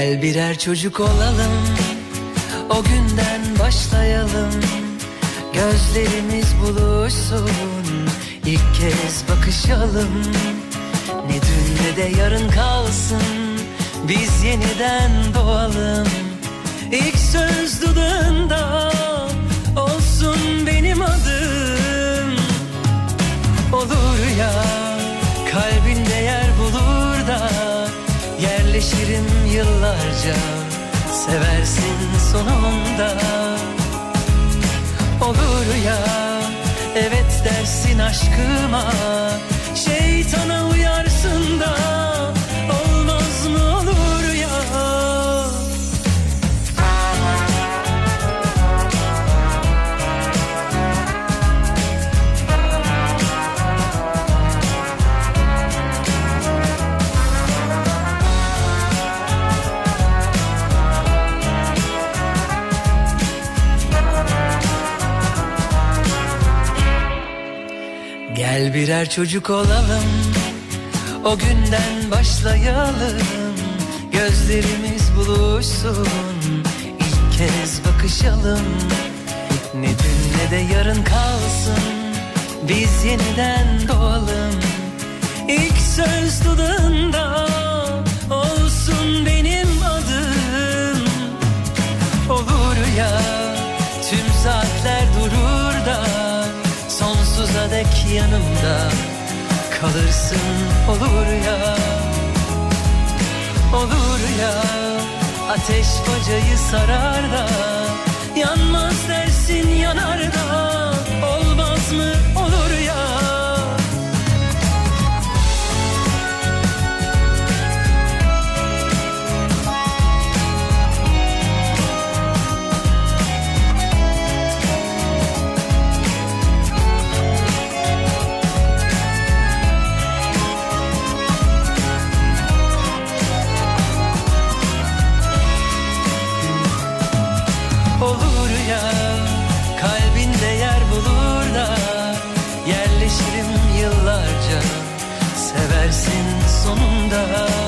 Gel birer çocuk olalım, o günden başlayalım. Gözlerimiz buluşsun, ilk kez bakışalım. Ne dün ne de yarın kalsın, biz yeniden doğalım. İlk söz dudağında olsun benim adım. Olur ya kalbinde yer bulur da yerleşirim yıllarca, seversin sonunda. Olur ya evet dersin aşkıma, şeytana uyarsın da olmaz mı olur ya. Gel birer çocuk olalım, o günden başlayalım. Gözlerimiz buluşsun, ilk kez bakışalım. Ne dün ne de yarın kalsın, biz yeniden doğalım. İlk söz dudağında olsun benim adım. Olur ya tüm saatler durur da sonsuza dek yanımda kalırsın. Olur ya, olur ya ateş bacayı sarar da yanmaz dersin yanar da olmaz mı olur ya. Kalbinde yer bulur da yerleşirim yıllarca, seversin sonunda.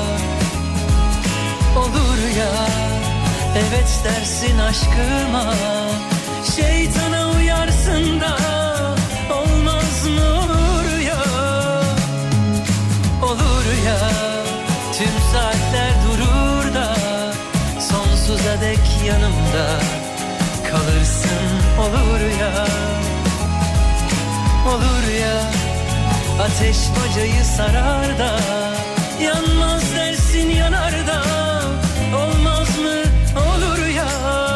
Olur ya evet dersin aşkıma, şeytana uyarsın da olmaz mı olur ya. Olur ya tüm saatler durur da sonsuza dek yanımda kalırsın. Olur ya, olur ya ateş bacayı sarar da yanmaz dersin yanar da olmaz mı olur ya.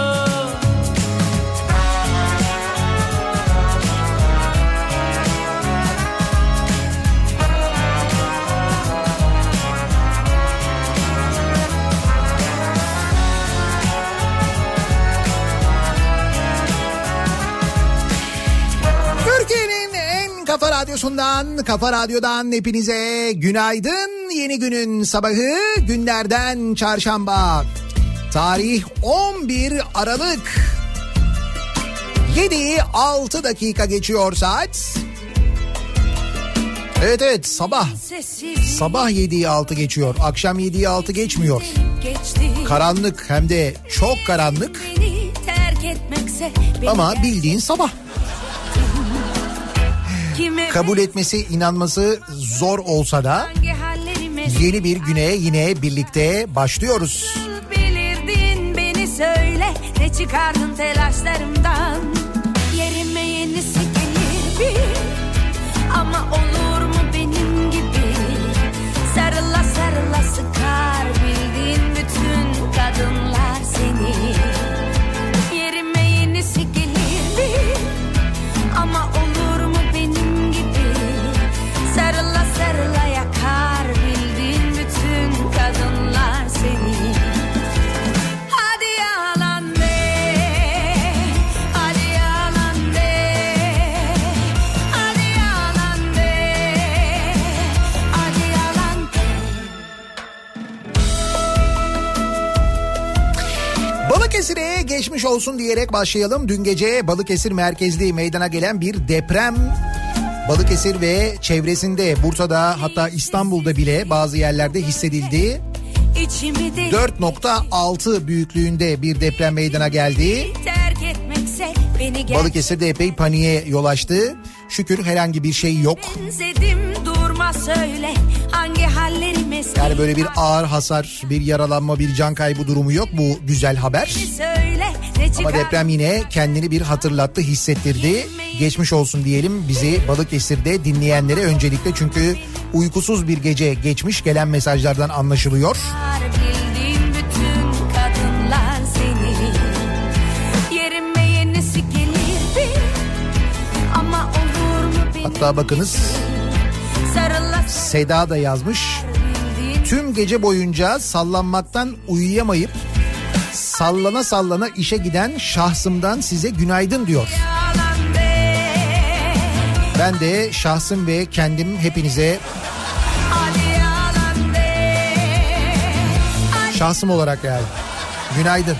Kafa Radyosu'ndan, Kafa Radyo'dan hepinize günaydın. Yeni günün sabahı, günlerden çarşamba. Tarih 11 Aralık. 7'yi 6 dakika geçiyor saat. Evet sabah. Sabah 7'yi 6 geçiyor. Akşam 7'yi 6 geçmiyor. Karanlık, hem de çok karanlık. Ama bildiğin sabah. Kabul etmesi, inanması zor olsa da yeni bir güne yine birlikte başlıyoruz. Bilirdin beni söyle, ne çıkardın telaşlarımdan. Yerime yenisi gelir bir, ama olur mu benim gibi? Sarıla sarıla sıkar bildiğin bütün kadınlar seni. Yerime yenisi gelir bir, ama olur mu benim gibi? Sarıla sarıla yakar bildiğin bütün kadınlar seni. Hadi yalan de, hadi yalan de, hadi yalan de, hadi yalan de. Balıkesir'e geçmiş olsun diyerek başlayalım. Dün gece Balıkesir merkezli meydana gelen bir deprem, Balıkesir ve çevresinde, Bursa'da, hatta İstanbul'da bile bazı yerlerde hissedildi. 4.6 büyüklüğünde bir deprem meydana geldi. Balıkesir'de epey paniğe yol açtı. Şükür herhangi bir şey yok. Yani böyle bir ağır hasar, bir yaralanma, bir can kaybı durumu yok. Bu güzel haber. Ama deprem yine kendini bir hatırlattı, hissettirdi. Geçmiş olsun diyelim bizi Balıkesir'de dinleyenlere öncelikle, çünkü uykusuz bir gece geçmiş, gelen mesajlardan anlaşılıyor. Hatta bakınız, Seda da yazmış. Tüm gece boyunca sallanmaktan uyuyamayıp sallana sallana işe giden şahsımdan size günaydın diyor. Ben de şahsım ve kendim hepinize şahsım olarak yani günaydın.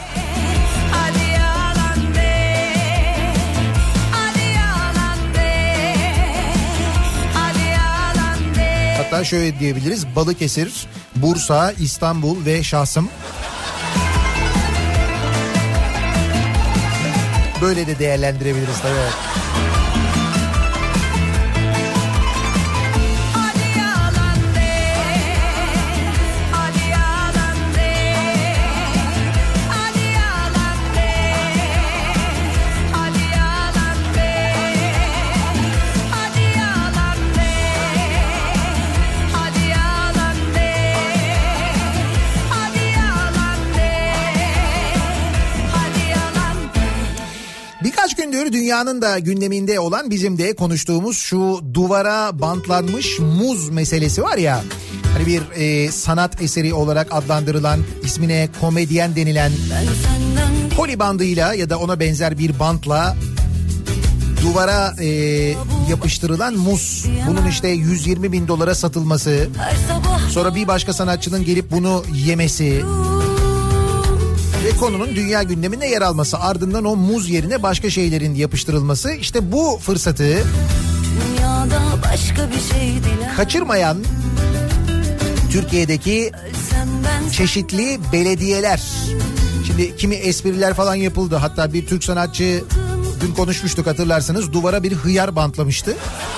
Hatta şöyle diyebiliriz: Balıkesir, Bursa, İstanbul ve şahsım. Böyle de değerlendirebiliriz tabii. Dünyanın da gündeminde olan, bizim de konuştuğumuz şu duvara bantlanmış muz meselesi var ya. Hani bir sanat eseri olarak adlandırılan, ismine komedyen denilen koli bandıyla ya da ona benzer bir bantla duvara yapıştırılan muz. Bunun işte 120 bin dolara satılması, sonra bir başka sanatçının gelip bunu yemesi ve konunun dünya gündeminde yer alması, ardından o muz yerine başka şeylerin yapıştırılması. İşte bu fırsatı kaçırmayan Türkiye'deki çeşitli belediyeler. Şimdi kimi espriler falan yapıldı. Hatta bir Türk sanatçı, dün konuşmuştuk hatırlarsınız, duvara bir hıyar bantlamıştı.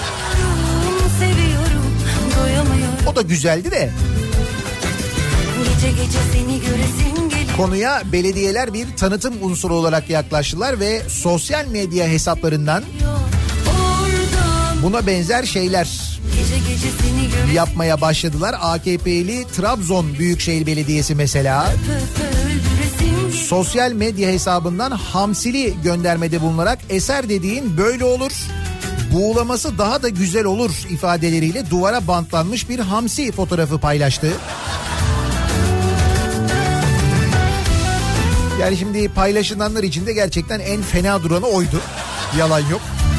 O da güzeldi de. Gece gece seni göresin. Konuya belediyeler bir tanıtım unsuru olarak yaklaştılar ve sosyal medya hesaplarından buna benzer şeyler yapmaya başladılar. AKP'li Trabzon Büyükşehir Belediyesi mesela sosyal medya hesabından hamsili göndermede bulunarak "eser dediğin böyle olur, buğulaması daha da güzel olur" ifadeleriyle duvara bantlanmış bir hamsi fotoğrafı paylaştı. Yani şimdi paylaşılanlar içinde gerçekten en fena duranı oydu. Yalan yok.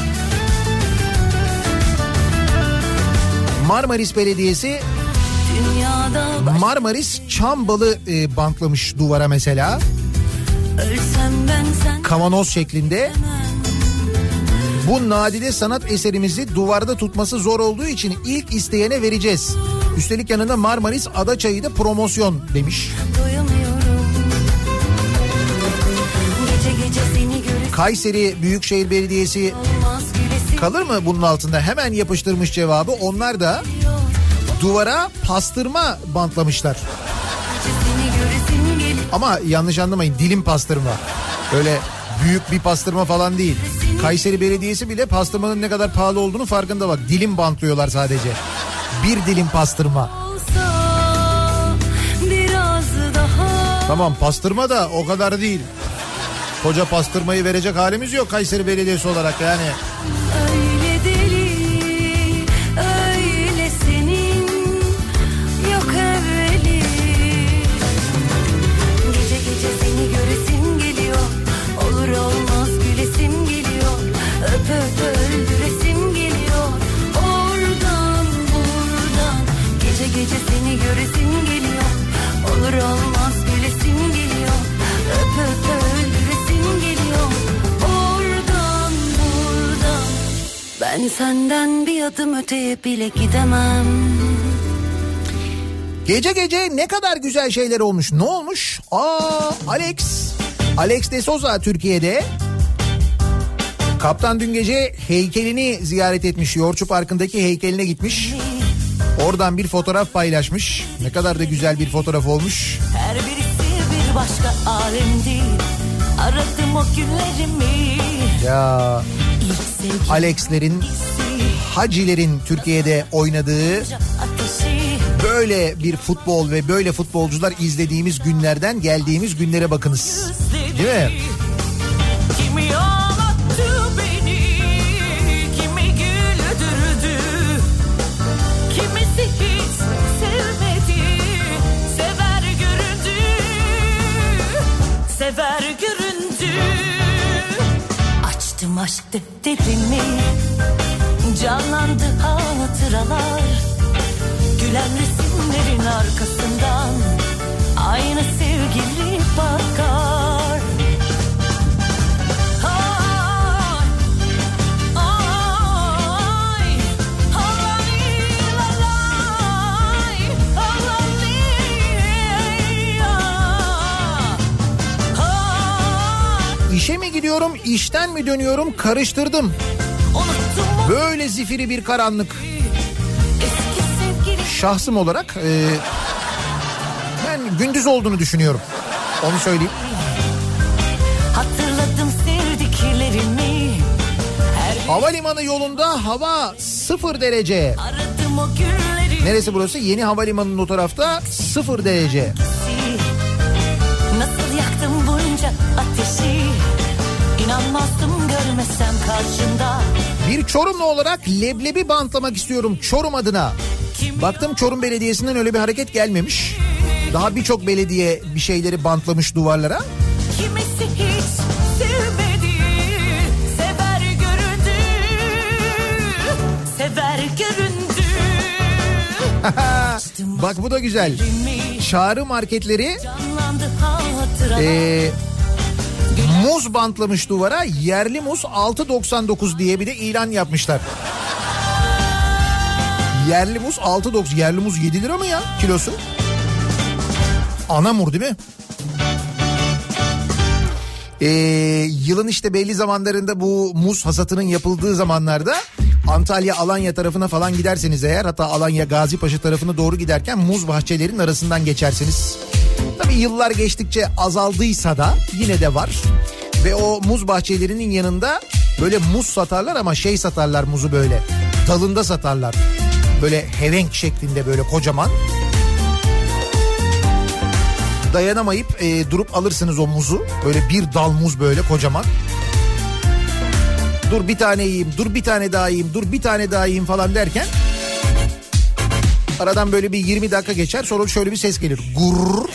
Marmaris Belediyesi Marmaris Çambalı bantlamış duvara mesela. Kavanoz şeklinde. Bu nadide sanat eserimizi duvarda tutması zor olduğu için ilk isteyene vereceğiz. Üstelik yanında Marmaris Adaçayı da promosyon demiş. Kayseri Büyükşehir Belediyesi kalır mı bunun altında? Hemen yapıştırmış cevabı. Onlar da duvara pastırma bantlamışlar. Ama yanlış anlamayın, dilim pastırma. Öyle büyük bir pastırma falan değil. Kayseri Belediyesi bile pastırmanın ne kadar pahalı olduğunu farkında, bak. Dilim bantlıyorlar sadece. Bir dilim pastırma. Tamam, pastırma da o kadar değil. Koca pastırmayı verecek halimiz yok Kayseri Belediyesi olarak yani. Öyle deli, öyle senin, yok evveli. Gece gece seni göresim geliyor, olur olmaz gülesim geliyor. Öp öp öldüresim geliyor, oradan buradan. Gece gece seni göresim geliyor, olur olmaz gülesim geliyor. Öp öp öldüresim geliyor, oradan buradan. Ben senden bir adım öteye bile gidemem. Gece gece ne kadar güzel şeyler olmuş. Ne olmuş? Alex de Souza Türkiye'de. Kaptan dün gece heykelini ziyaret etmiş. Yoğurtçu Parkı'ndaki heykeline gitmiş. Oradan bir fotoğraf paylaşmış. Ne kadar da güzel bir fotoğraf olmuş. Her birisi bir başka alemdi. Aradım o günlerimi. Ya Alex'lerin, Hacilerin Türkiye'de oynadığı böyle bir futbol ve böyle futbolcular izlediğimiz günlerden geldiğimiz günlere bakınız. Değil mi? Kimi ağlattı beni, kimi güldürdü, kimisi hiç sevmedi, sever göründü, sever göründü. Açtım aşk defterimi, canlandı hatıralar, gülen resimlerin arkasından aynı sevgili bakar. İşe mi gidiyorum, işten mi dönüyorum karıştırdım. Böyle zifiri bir karanlık. Şahsım olarak ben gündüz olduğunu düşünüyorum. Onu söyleyeyim. Hatırladım sevdiklerimi. Havalimanı yolunda hava 0 derece. Aradım o günleri. Neresi burası? Yeni havalimanının o tarafta 0 derece. Nasıl yaktım bunca ateşi. İnanmazdım görmesem karşımda. Bir Çorumlu olarak leblebi bantlamak istiyorum Çorum adına. Baktım Çorum Belediyesi'nden öyle bir hareket gelmemiş. Daha birçok belediye bir şeyleri bantlamış duvarlara. Kimisi hiç sevmedi, sever göründü, sever göründü. Bak bu da güzel. Çağrı marketleri muz bantlamış duvara, yerli muz 6.99 diye bir de ilan yapmışlar. Yerli muz 6.90. Yerli muz 7 lira mı ya kilosu? Anamur değil mi? Yılın işte belli zamanlarında bu muz hasatının yapıldığı zamanlarda Antalya, Alanya tarafına falan giderseniz eğer, hatta Alanya, Gazipaşa tarafına doğru giderken muz bahçelerinin arasından geçersiniz. Tabii yıllar geçtikçe azaldıysa da yine de var. Ve o muz bahçelerinin yanında böyle muz satarlar ama şey satarlar muzu böyle. Dalında satarlar. Böyle hevenk şeklinde böyle kocaman. Dayanamayıp durup alırsınız o muzu. Böyle bir dal muz böyle kocaman. Dur bir tane yiyeyim, dur bir tane daha yiyeyim, dur bir tane daha yiyeyim falan derken aradan böyle bir 20 dakika geçer, sonra şöyle bir ses gelir. Gurr.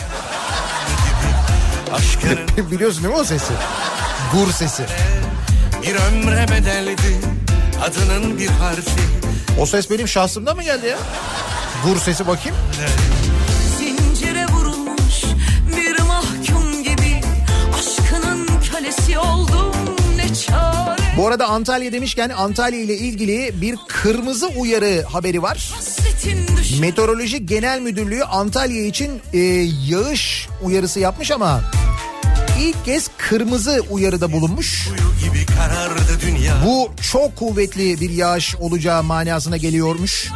Biliyorsun değil mi o sesi? Gur sesi. Bir ömre bedeldi adının bir harfi. O ses benim şahsımdan mı geldi ya? Gur sesi bakayım. Zincire vurulmuş bir mahkum gibi aşkının kölesi oldum, ne çare. Bu arada Antalya demişken Antalya ile ilgili bir kırmızı uyarı haberi var. Meteoroloji Genel Müdürlüğü Antalya için yağış uyarısı yapmış ama ilk kez kırmızı uyarıda bulunmuş. Bu çok kuvvetli bir yağış olacağı manasına geliyormuş.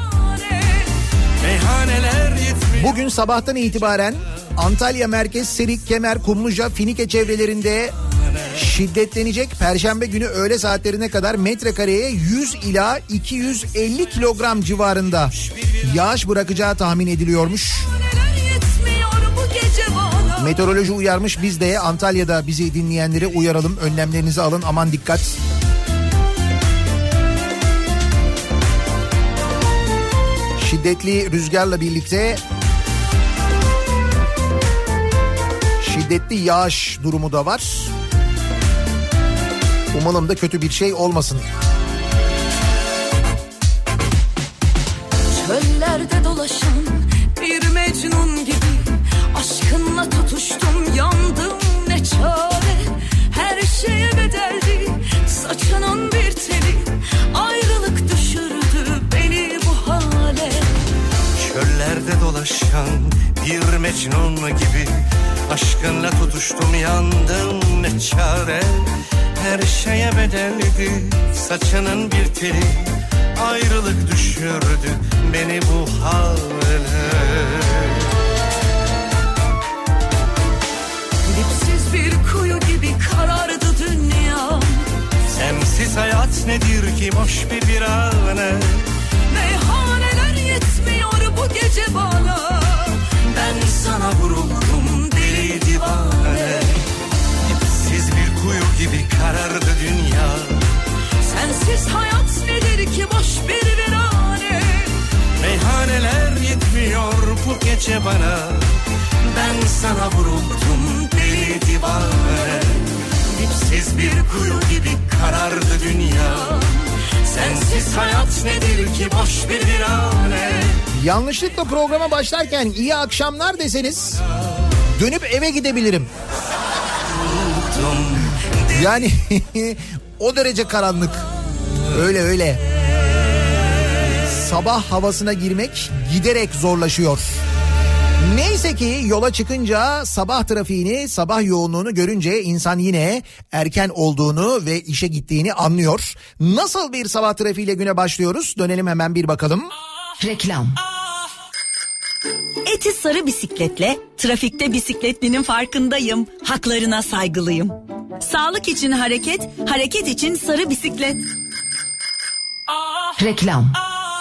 Bugün sabahtan itibaren Antalya Merkez, Serik, Kemer, Kumluca, Finike çevrelerinde şiddetlenecek. Perşembe günü öğle saatlerine kadar metrekareye 100 ila 250 kilogram civarında yağış bırakacağı tahmin ediliyormuş. Meteoroloji uyarmış, biz de Antalya'da bizi dinleyenleri uyaralım. Önlemlerinizi alın, aman dikkat. Şiddetli rüzgarla birlikte şiddetli yağış durumu da var. Umalım da kötü bir şey olmasın. Çöllerde dolaşan bir mecnun gibi aşkınla tutuştum, yandım, ne çare. Her şeye bedeldi saçının bir teli, ayrılık düşürdü beni bu hale. Çöllerde dolaşan Mecnun gibi aşkınla tutuştum, yandım ne çare. Her şeye bedeldi saçının bir teli, ayrılık düşürdü beni bu hale. Dipsiz bir kuyu gibi karardı dünya. Sensiz hayat nedir ki boş bir virane. Meyhaneler yetmiyor bu gece bana. Ben sana vuruldum deli divane. Dipsiz bir kuyu gibi karardı dünya. Sensiz hayat nedir ki boş bir virane. Meyhaneler yetmiyor bu gece bana. Ben sana vuruldum deli divane. Dipsiz bir kuyu gibi karardı dünya. Sensiz hayat nedir ki boş bir virane. Yanlışlıkla programa başlarken iyi akşamlar deseniz dönüp eve gidebilirim. Yani o derece karanlık. Öyle. Sabah havasına girmek giderek zorlaşıyor. Neyse ki yola çıkınca sabah trafiğini, sabah yoğunluğunu görünce insan yine erken olduğunu ve işe gittiğini anlıyor. Nasıl bir sabah trafiğiyle güne başlıyoruz? Dönelim hemen bir bakalım. Reklam. Eti sarı bisikletle trafikte bisikletlinin farkındayım. Haklarına saygılıyım. Sağlık için hareket, hareket için sarı bisiklet. Reklam.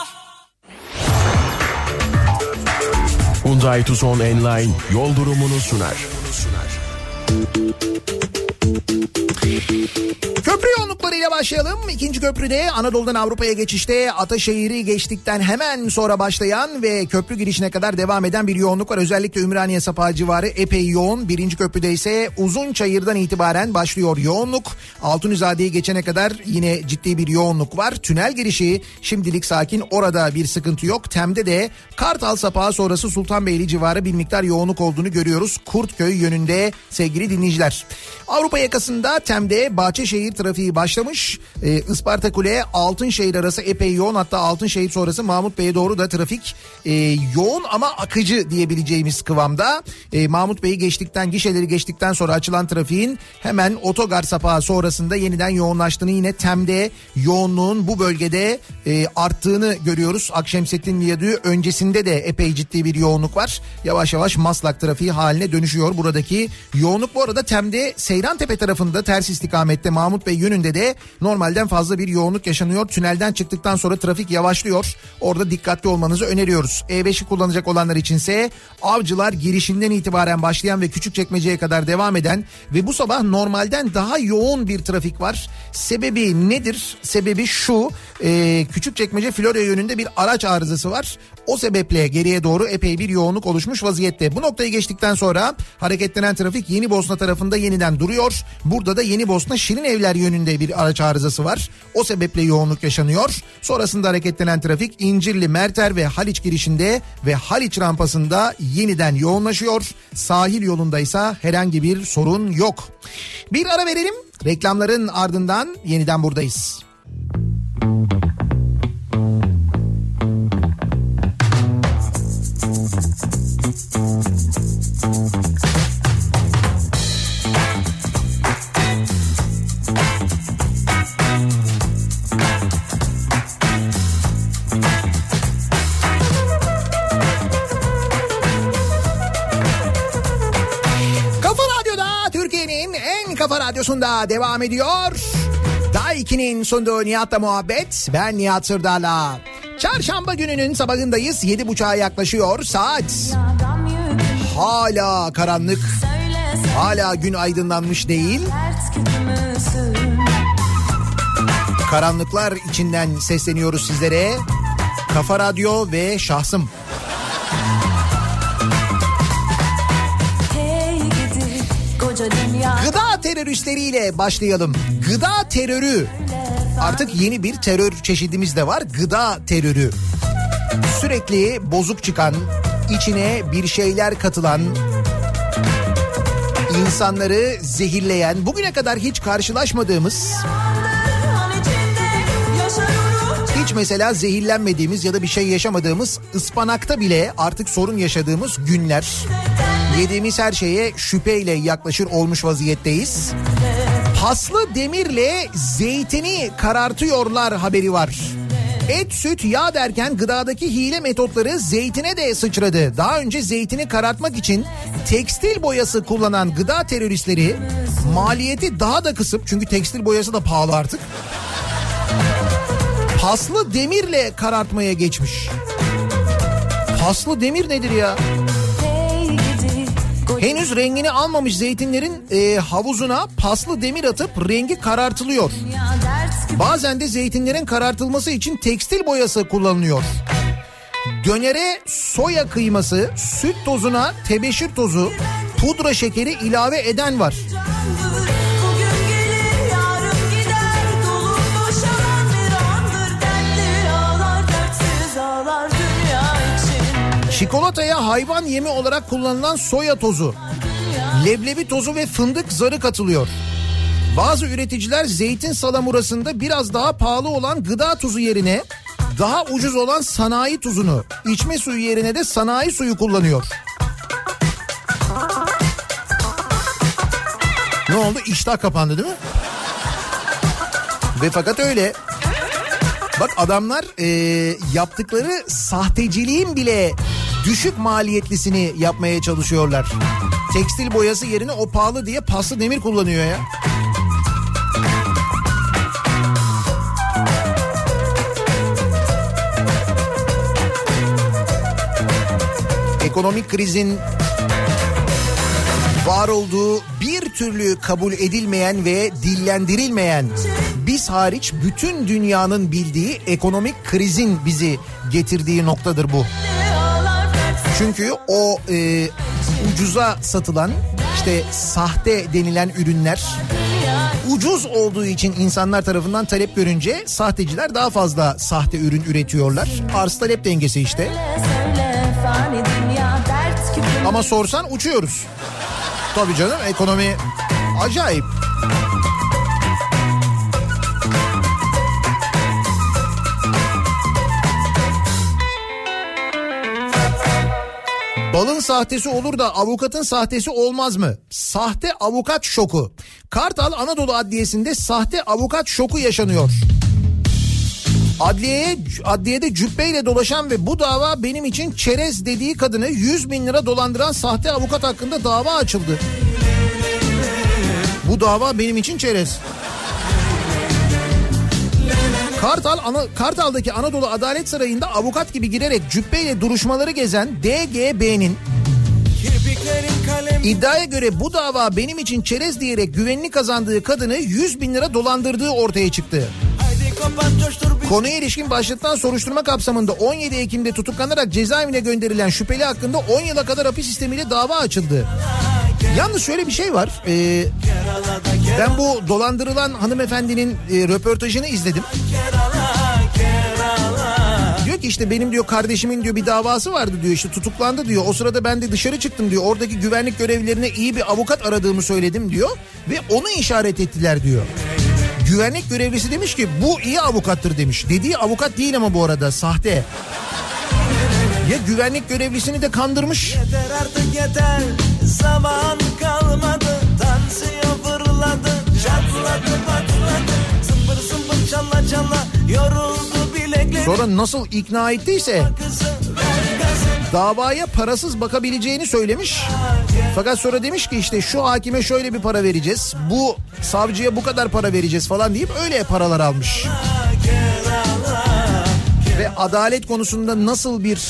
Hyundai Tucson Enline yol durumunu sunar. Köprü yoğunluklarıyla başlayalım. İkinci köprüde Anadolu'dan Avrupa'ya geçişte Ataşehir'i geçtikten hemen sonra başlayan ve köprü girişine kadar devam eden bir yoğunluk var. Özellikle Ümraniye Sapağı civarı epey yoğun. Birinci köprüde ise Uzunçayır'dan itibaren başlıyor yoğunluk. Altunizade'yi geçene kadar yine ciddi bir yoğunluk var. Tünel girişi şimdilik sakin, orada bir sıkıntı yok. Tem'de de Kartal Sapağı sonrası Sultanbeyli civarı bir miktar yoğunluk olduğunu görüyoruz. Kurtköy yönünde sevgili dinleyiciler. Avrupa yakasında Tem'de Bahçeşehir trafiği başlamış. Isparta Kule Altınşehir arası epey yoğun, hatta Altınşehir sonrası Mahmut Bey'e doğru da trafik yoğun ama akıcı diyebileceğimiz kıvamda. Mahmut Bey'i geçtikten, gişeleri geçtikten sonra açılan trafiğin hemen Otogar Sapağı sonrasında yeniden yoğunlaştığını, yine Tem'de yoğunluğun bu bölgede arttığını görüyoruz. Akşemsettin Viyadüğü öncesinde de epey ciddi bir yoğunluk var. Yavaş yavaş Maslak trafiği haline dönüşüyor buradaki yoğunluk. Bu arada Tem'de Seyrantepe tarafında ters istikamette Mahmut Bey yönünde de normalden fazla bir yoğunluk yaşanıyor. Tünelden çıktıktan sonra trafik yavaşlıyor. Orada dikkatli olmanızı öneriyoruz. E5'i kullanacak olanlar içinse Avcılar girişinden itibaren başlayan ve Küçükçekmece'ye kadar devam eden ve bu sabah normalden daha yoğun bir trafik var. Sebebi nedir? Sebebi şu: Küçükçekmece Florya yönünde bir araç arızası var. O sebeple geriye doğru epey bir yoğunluk oluşmuş vaziyette. Bu noktayı geçtikten sonra hareketlenen trafik Yenibosna tarafında yeniden duruyor. Burada da Yenibosna Şirinevler yönünde bir araç arızası var. O sebeple yoğunluk yaşanıyor. Sonrasında hareketlenen trafik İncirli, Merter ve Haliç girişinde ve Haliç rampasında yeniden yoğunlaşıyor. Sahil yolundaysa herhangi bir sorun yok. Bir ara verelim. Reklamların ardından yeniden buradayız. Kafa Radyosu'nda devam ediyor. Daha 2'nin sunduğu Nihat'la muhabbet. Ben Nihat Sırdar'la. Çarşamba gününün sabahındayız. 7.30'a yaklaşıyor saat. Hala karanlık. Hala gün aydınlanmış değil. Karanlıklar içinden sesleniyoruz sizlere. Kafa Radyo ve şahsım. Gıda teröristleriyle başlayalım. Gıda terörü. Artık yeni bir terör çeşidimiz de var. Gıda terörü. Sürekli bozuk çıkan, içine bir şeyler katılan, insanları zehirleyen, bugüne kadar hiç karşılaşmadığımız, Hiç mesela zehirlenmediğimiz ya da bir şey yaşamadığımız ıspanakta bile artık sorun yaşadığımız günler. Yediğimiz her şeye şüpheyle yaklaşır olmuş vaziyetteyiz. Paslı demirle zeytini karartıyorlar haberi var. Et, süt, yağ derken gıdadaki hile metotları zeytine de sıçradı. Daha önce zeytini karartmak için tekstil boyası kullanan gıda teröristleri maliyeti daha da kısıp, çünkü tekstil boyası da pahalı artık, paslı demirle karartmaya geçmiş. Paslı demir nedir ya? Henüz rengini almamış zeytinlerin havuzuna paslı demir atıp rengi karartılıyor. Bazen de zeytinlerin karartılması için tekstil boyası kullanılıyor. Dönere soya kıyması, süt tozuna tebeşir tozu, pudra şekeri ilave eden var. Çikolataya hayvan yemi olarak kullanılan soya tozu, leblebi tozu ve fındık zarı katılıyor. Bazı üreticiler zeytin salamurasında biraz daha pahalı olan gıda tuzu yerine daha ucuz olan sanayi tuzunu, içme suyu yerine de sanayi suyu kullanıyor. Ne oldu? İştah kapandı değil mi? Ve fakat öyle. Bak adamlar yaptıkları sahteciliğin bile düşük maliyetlisini yapmaya çalışıyorlar. Tekstil boyası yerine o pahalı diye paslı demir kullanıyor ya. Ekonomik krizin var olduğu, bir türlü kabul edilmeyen ve dillendirilmeyen, biz hariç bütün dünyanın bildiği ekonomik krizin bizi getirdiği noktadır bu. Çünkü o ucuza satılan, işte sahte denilen ürünler ucuz olduğu için insanlar tarafından talep görünce sahteciler daha fazla sahte ürün üretiyorlar. Arz talep dengesi işte. Ama sorsan uçuyoruz. Tabii canım, ekonomi acayip. Balın sahtesi olur da avukatın sahtesi olmaz mı? Sahte avukat şoku. Kartal Anadolu Adliyesi'nde sahte avukat şoku yaşanıyor. Adliyede cübbeyle dolaşan ve bu dava benim için çerez dediği kadını 100.000 lira dolandıran sahte avukat hakkında dava açıldı. Bu dava benim için çerez. Kartal'daki Anadolu Adalet Sarayı'nda avukat gibi girerek cübbeyle duruşmaları gezen DGB'nin iddiaya göre bu dava benim için çerez diyerek güvenini kazandığı kadını 100.000 lira dolandırdığı ortaya çıktı. Konuya ilişkin başlatılan soruşturma kapsamında 17 Ekim'de tutuklanarak cezaevine gönderilen şüpheli hakkında 10 yıla kadar hapis sistemiyle dava açıldı. Yalnız şöyle bir şey var. Ben bu dolandırılan hanımefendinin röportajını izledim. Diyor ki işte benim diyor kardeşimin diyor bir davası vardı diyor, işte tutuklandı diyor. O sırada ben de dışarı çıktım diyor. Oradaki güvenlik görevlilerine iyi bir avukat aradığımı söyledim diyor. Ve onu işaret ettiler diyor. Güvenlik görevlisi demiş ki bu iyi avukattır demiş. Dediği avukat değil ama bu arada sahte. Ya güvenlik görevlisini de kandırmış. Yeter artık yeter, zaman kalmadı. Tansiyon fırladı, çatladı patladı. Zımbır zımbır çalla çalla, yoruldu bilekleri. Sonra nasıl ikna ettiyse davaya parasız bakabileceğini söylemiş. Fakat sonra demiş ki işte şu hakime şöyle bir para vereceğiz, bu savcıya bu kadar para vereceğiz falan deyip öyle paralar almış. Ve adalet konusunda nasıl bir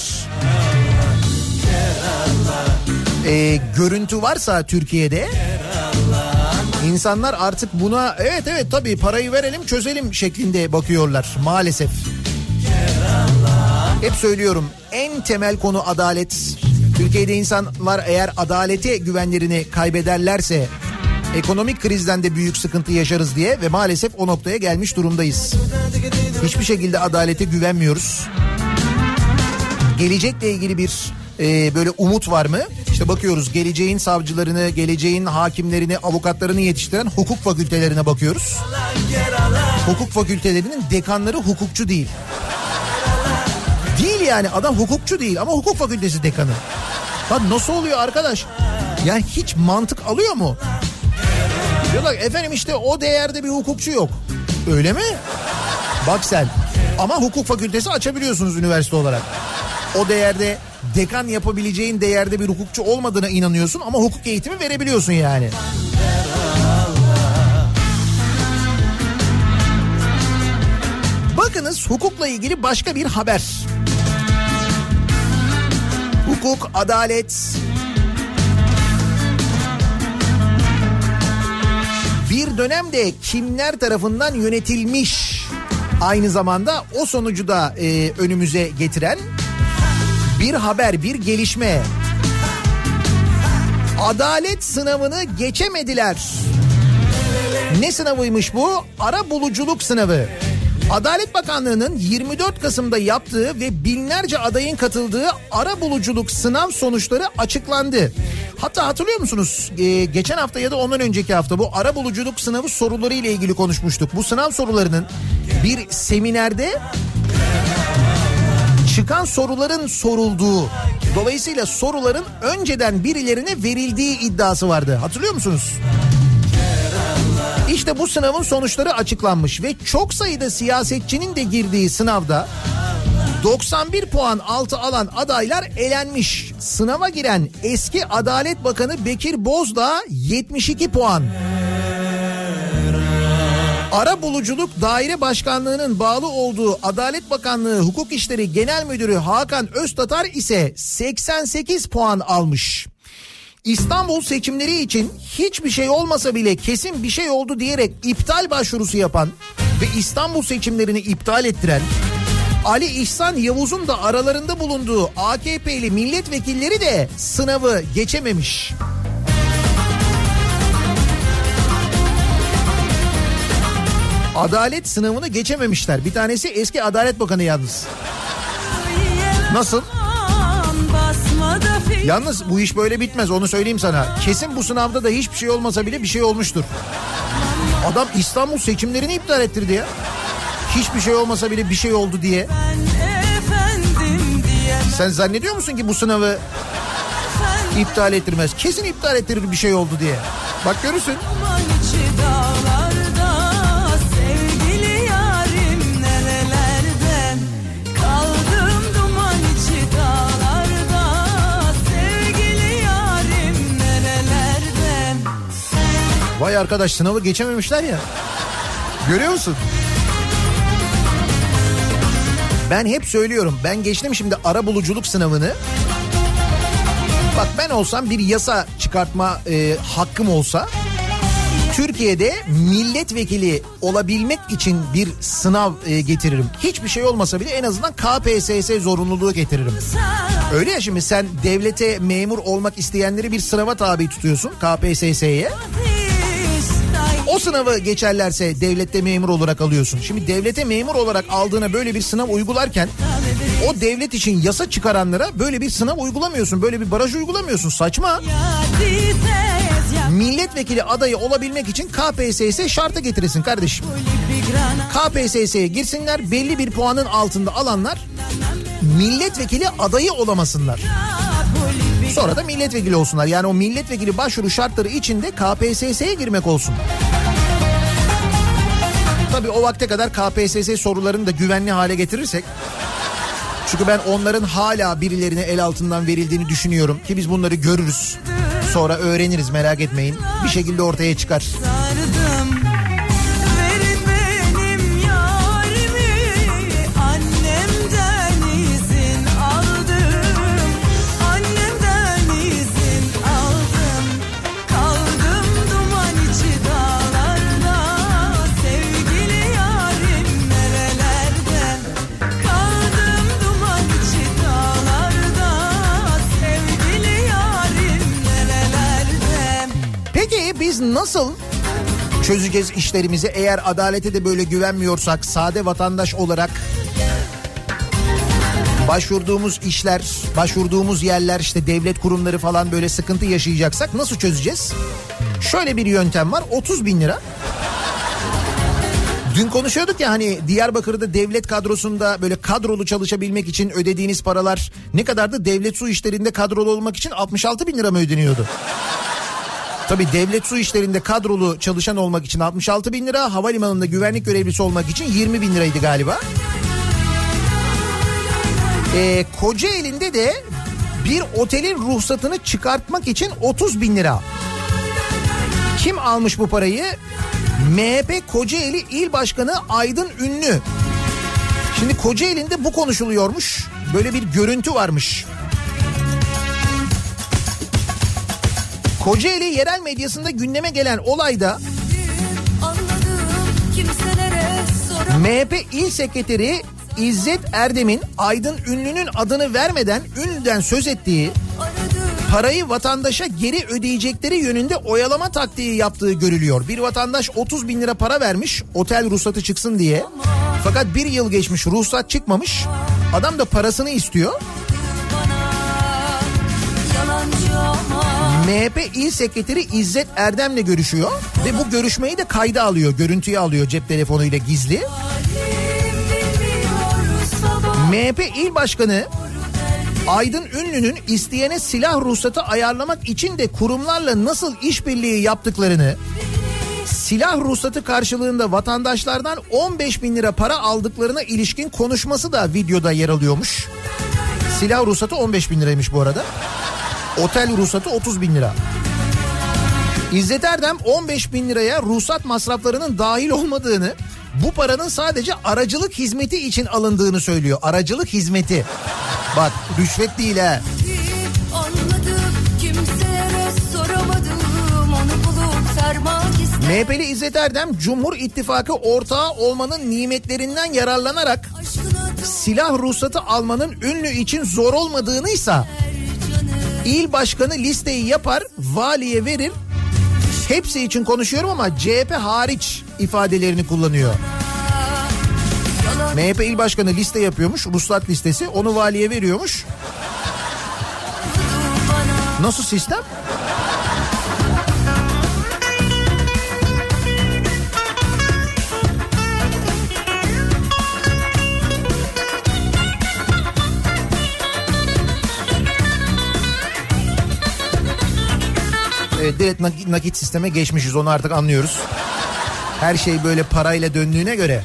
görüntü varsa Türkiye'de, insanlar artık buna evet tabii parayı verelim çözelim şeklinde bakıyorlar maalesef. Hep söylüyorum, en temel konu adalet. Türkiye'de insanlar eğer adalete güvenlerini kaybederlerse ekonomik krizden de büyük sıkıntı yaşarız diye ve maalesef o noktaya gelmiş durumdayız. Hiçbir şekilde adalete güvenmiyoruz. Gelecekle ilgili bir böyle umut var mı? İşte bakıyoruz, geleceğin savcılarını, geleceğin hakimlerini, avukatlarını yetiştiren hukuk fakültelerine bakıyoruz. Hukuk fakültelerinin dekanları hukukçu değil. Değil yani, adam hukukçu değil ama hukuk fakültesi dekanı. Lan nasıl oluyor arkadaş? Yani hiç mantık alıyor mu? Diyorlar efendim işte o değerde bir hukukçu yok. Öyle mi? Bak sen. Ama hukuk fakültesi açabiliyorsunuz üniversite olarak. O değerde, dekan yapabileceğin değerde bir hukukçu olmadığına inanıyorsun ama hukuk eğitimi verebiliyorsun yani. Bakınız hukukla ilgili başka bir haber. Hukuk, adalet. Bir dönemde kimler tarafından yönetilmiş, aynı zamanda o sonucu da önümüze getiren bir haber, bir gelişme. Adalet sınavını geçemediler. Ne sınavıymış bu? Arabuluculuk sınavı. Adalet Bakanlığı'nın 24 Kasım'da yaptığı ve binlerce adayın katıldığı arabuluculuk sınav sonuçları açıklandı. Hatta hatırlıyor musunuz? Geçen hafta ya da ondan önceki hafta bu arabuluculuk sınavı soruları ile ilgili konuşmuştuk. Bu sınav sorularının bir seminerde çıkan soruların sorulduğu, dolayısıyla soruların önceden birilerine verildiği iddiası vardı. Hatırlıyor musunuz? İşte bu sınavın sonuçları açıklanmış ve çok sayıda siyasetçinin de girdiği sınavda 91 puan altı alan adaylar elenmiş. Sınava giren eski Adalet Bakanı Bekir Bozdağ 72 puan. Arabuluculuk Daire Başkanlığı'nın bağlı olduğu Adalet Bakanlığı Hukuk İşleri Genel Müdürü Hakan Öztatar ise 88 puan almış. İstanbul seçimleri için hiçbir şey olmasa bile kesin bir şey oldu diyerek iptal başvurusu yapan ve İstanbul seçimlerini iptal ettiren Ali İhsan Yavuz'un da aralarında bulunduğu AKP'li milletvekilleri de sınavı geçememiş. Adalet sınavını geçememişler. Bir tanesi eski Adalet Bakanı yalnız. Nasıl? Yalnız bu iş böyle bitmez, onu söyleyeyim sana. Kesin bu sınavda da hiçbir şey olmasa bile bir şey olmuştur. Adam İstanbul seçimlerini iptal ettirdi ya. Hiçbir şey olmasa bile bir şey oldu diye. Sen zannediyor musun ki bu sınavı iptal ettirmez? Kesin iptal ettirir bir şey oldu diye. Bak görürsün. Vay arkadaş, sınavı geçememişler ya. Görüyor musun? Ben hep söylüyorum, ben geçtim şimdi arabuluculuk sınavını. Bak ben olsam, bir yasa çıkartma hakkım olsa, Türkiye'de milletvekili olabilmek için bir sınav getiririm. Hiçbir şey olmasa bile en azından KPSS zorunluluğu getiririm. Öyle ya, şimdi sen devlete memur olmak isteyenleri bir sınava tabi tutuyorsun, KPSS'ye. O sınavı geçerlerse devlette memur olarak alıyorsun. Şimdi devlete memur olarak aldığına böyle bir sınav uygularken o devlet için yasa çıkaranlara böyle bir sınav uygulamıyorsun. Böyle bir baraj uygulamıyorsun. Saçma. Milletvekili adayı olabilmek için KPSS şartı getirirsin kardeşim. KPSS'ye girsinler, belli bir puanın altında alanlar milletvekili adayı olamasınlar. Sonra da milletvekili olsunlar. Yani o milletvekili başvuru şartları içinde KPSS'ye girmek olsun. Tabii o vakte kadar KPSS sorularını da güvenli hale getirirsek. Çünkü ben onların hala birilerine el altından verildiğini düşünüyorum ki biz bunları görürüz. Sonra öğreniriz, merak etmeyin. Bir şekilde ortaya çıkar. Biz nasıl çözeceğiz işlerimizi eğer adalete de böyle güvenmiyorsak, sade vatandaş olarak başvurduğumuz işler, başvurduğumuz yerler, işte devlet kurumları falan böyle sıkıntı yaşayacaksak nasıl çözeceğiz? Şöyle bir yöntem var, 30 bin lira Dün konuşuyorduk ya hani Diyarbakır'da devlet kadrosunda böyle kadrolu çalışabilmek için ödediğiniz paralar ne kadardı? Devlet su işlerinde kadrolu olmak için 66 bin lira mı ödeniyordu? Tabii devlet su işlerinde kadrolu çalışan olmak için 66 bin lira, havalimanında güvenlik görevlisi olmak için 20 bin liraydı galiba. Kocaeli'nde de bir otelin ruhsatını çıkartmak için 30 bin lira. Kim almış bu parayı? MHP Kocaeli İl Başkanı Aydın Ünlü. Şimdi Kocaeli'nde bu konuşuluyormuş. Böyle bir görüntü varmış. Kocaeli yerel medyasında gündeme gelen olayda MHP İl Sekreteri İzzet Erdem'in Aydın Ünlü'nün adını vermeden Ünlü'den söz ettiği, parayı vatandaşa geri ödeyecekleri yönünde oyalama taktiği yaptığı görülüyor. Bir vatandaş 30 bin lira para vermiş otel ruhsatı çıksın diye. Fakat bir yıl geçmiş, ruhsat çıkmamış. Adam da parasını istiyor. MHP İl Sekreteri İzzet Erdem'le görüşüyor ve bu görüşmeyi de kayda alıyor, görüntüye alıyor cep telefonuyla gizli. MHP İl Başkanı Aydın Ünlü'nün isteyene silah ruhsatı ayarlamak için de kurumlarla nasıl işbirliği yaptıklarını, silah ruhsatı karşılığında vatandaşlardan 15 bin lira para aldıklarına ilişkin konuşması da videoda yer alıyormuş. Silah ruhsatı 15 bin liraymış bu arada. Otel ruhsatı 30 bin lira. İzzet Erdem 15 bin liraya ruhsat masraflarının dahil olmadığını, bu paranın sadece aracılık hizmeti için alındığını söylüyor. Aracılık hizmeti. Bak rüşvet değil ha. MHP'li İzzet Erdem Cumhur İttifakı ortağı olmanın nimetlerinden yararlanarak silah ruhsatı almanın Ünlü için zor olmadığınıysa İl başkanı listeyi yapar, valiye verir. Hepsi için konuşuyorum ama CHP hariç ifadelerini kullanıyor. MHP il başkanı liste yapıyormuş, ruhsat listesi, onu valiye veriyormuş. Nasıl sistem? Evet, direkt nakit sisteme geçmişiz, onu artık anlıyoruz. Her şey böyle parayla döndüğüne göre.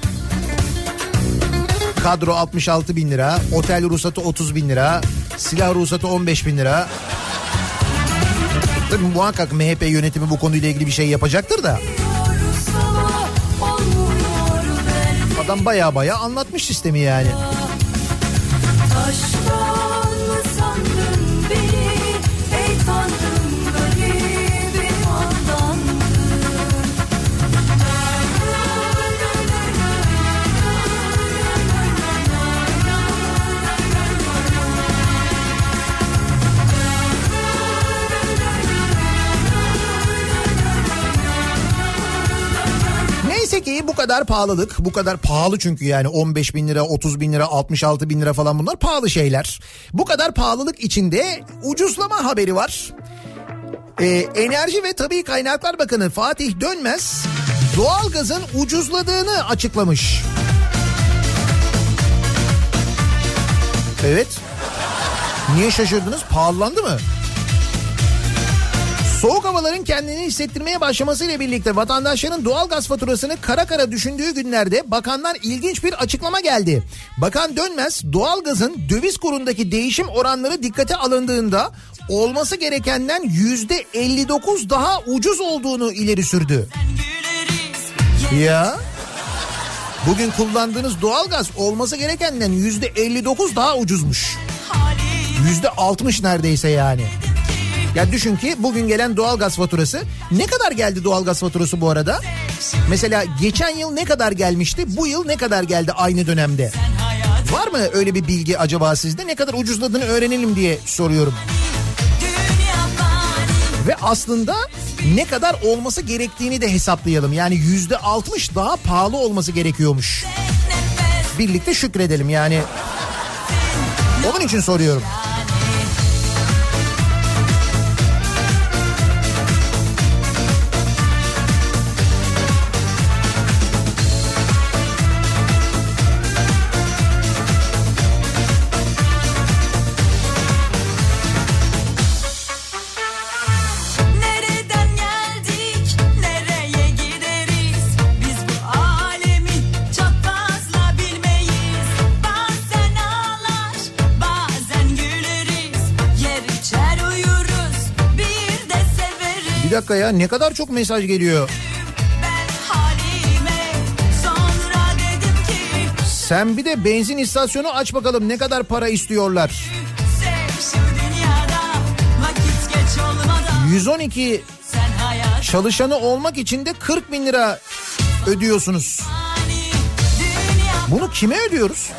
Kadro 66 bin lira, otel ruhsatı 30 bin lira, silah ruhsatı 15 bin lira. Tabii muhakkak MHP yönetimi bu konuyla ilgili bir şey yapacaktır da. Adam baya anlatmış sistemi yani. Ki bu kadar pahalılık, bu kadar pahalı çünkü yani 15 bin lira, 30 bin lira, 66 bin lira falan, bunlar pahalı şeyler. Bu kadar pahalılık içinde ucuzlama haberi var. Enerji ve Tabii Kaynaklar Bakanı Fatih Dönmez doğalgazın ucuzladığını açıklamış. Evet. Niye şaşırdınız? Pahalandı mı? Soğuk havaların kendini hissettirmeye başlamasıyla birlikte vatandaşların doğalgaz faturasını kara kara düşündüğü günlerde bakandan ilginç bir açıklama geldi. Bakan Dönmez, doğalgazın döviz kurundaki değişim oranları dikkate alındığında olması gerekenden %59 daha ucuz olduğunu ileri sürdü. Ya bugün kullandığınız doğalgaz olması gerekenden %59 daha ucuzmuş. %60 neredeyse yani. Ya düşün ki bugün gelen doğalgaz faturası, ne kadar geldi doğalgaz faturası bu arada? Mesela geçen yıl ne kadar gelmişti, bu yıl ne kadar geldi aynı dönemde? Var mı öyle bir bilgi acaba sizde? Ne kadar ucuzladığını öğrenelim diye soruyorum. Ve aslında ne kadar olması gerektiğini de hesaplayalım. Yani %60 daha pahalı olması gerekiyormuş. Birlikte şükredelim yani. Onun için soruyorum. Bir dakika ya, ne kadar çok mesaj geliyor. Sen bir de benzin istasyonu aç bakalım, ne kadar para istiyorlar. 112 çalışanı olmak için de 40 bin lira ödüyorsunuz. Bunu kime ödüyoruz?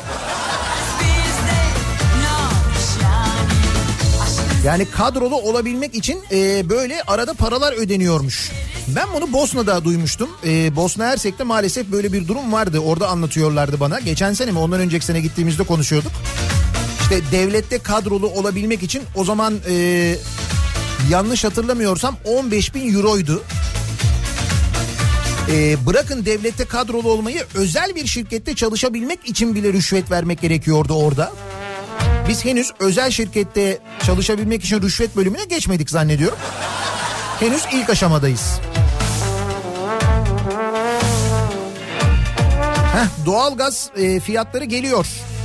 Yani kadrolu olabilmek için böyle arada paralar ödeniyormuş. Ben bunu Bosna'da duymuştum. Bosna Hersek'te maalesef böyle bir durum vardı. Orada anlatıyorlardı bana. Geçen sene mi ondan önceki sene gittiğimizde konuşuyorduk. İşte devlette kadrolu olabilmek için o zaman yanlış hatırlamıyorsam 15 bin euroydu. Bırakın devlette kadrolu olmayı, özel bir şirkette çalışabilmek için bile rüşvet vermek gerekiyordu orada. Biz henüz özel şirkette çalışabilmek için rüşvet bölümüne geçmedik zannediyorum. Henüz ilk aşamadayız. Doğalgaz fiyatları geliyor.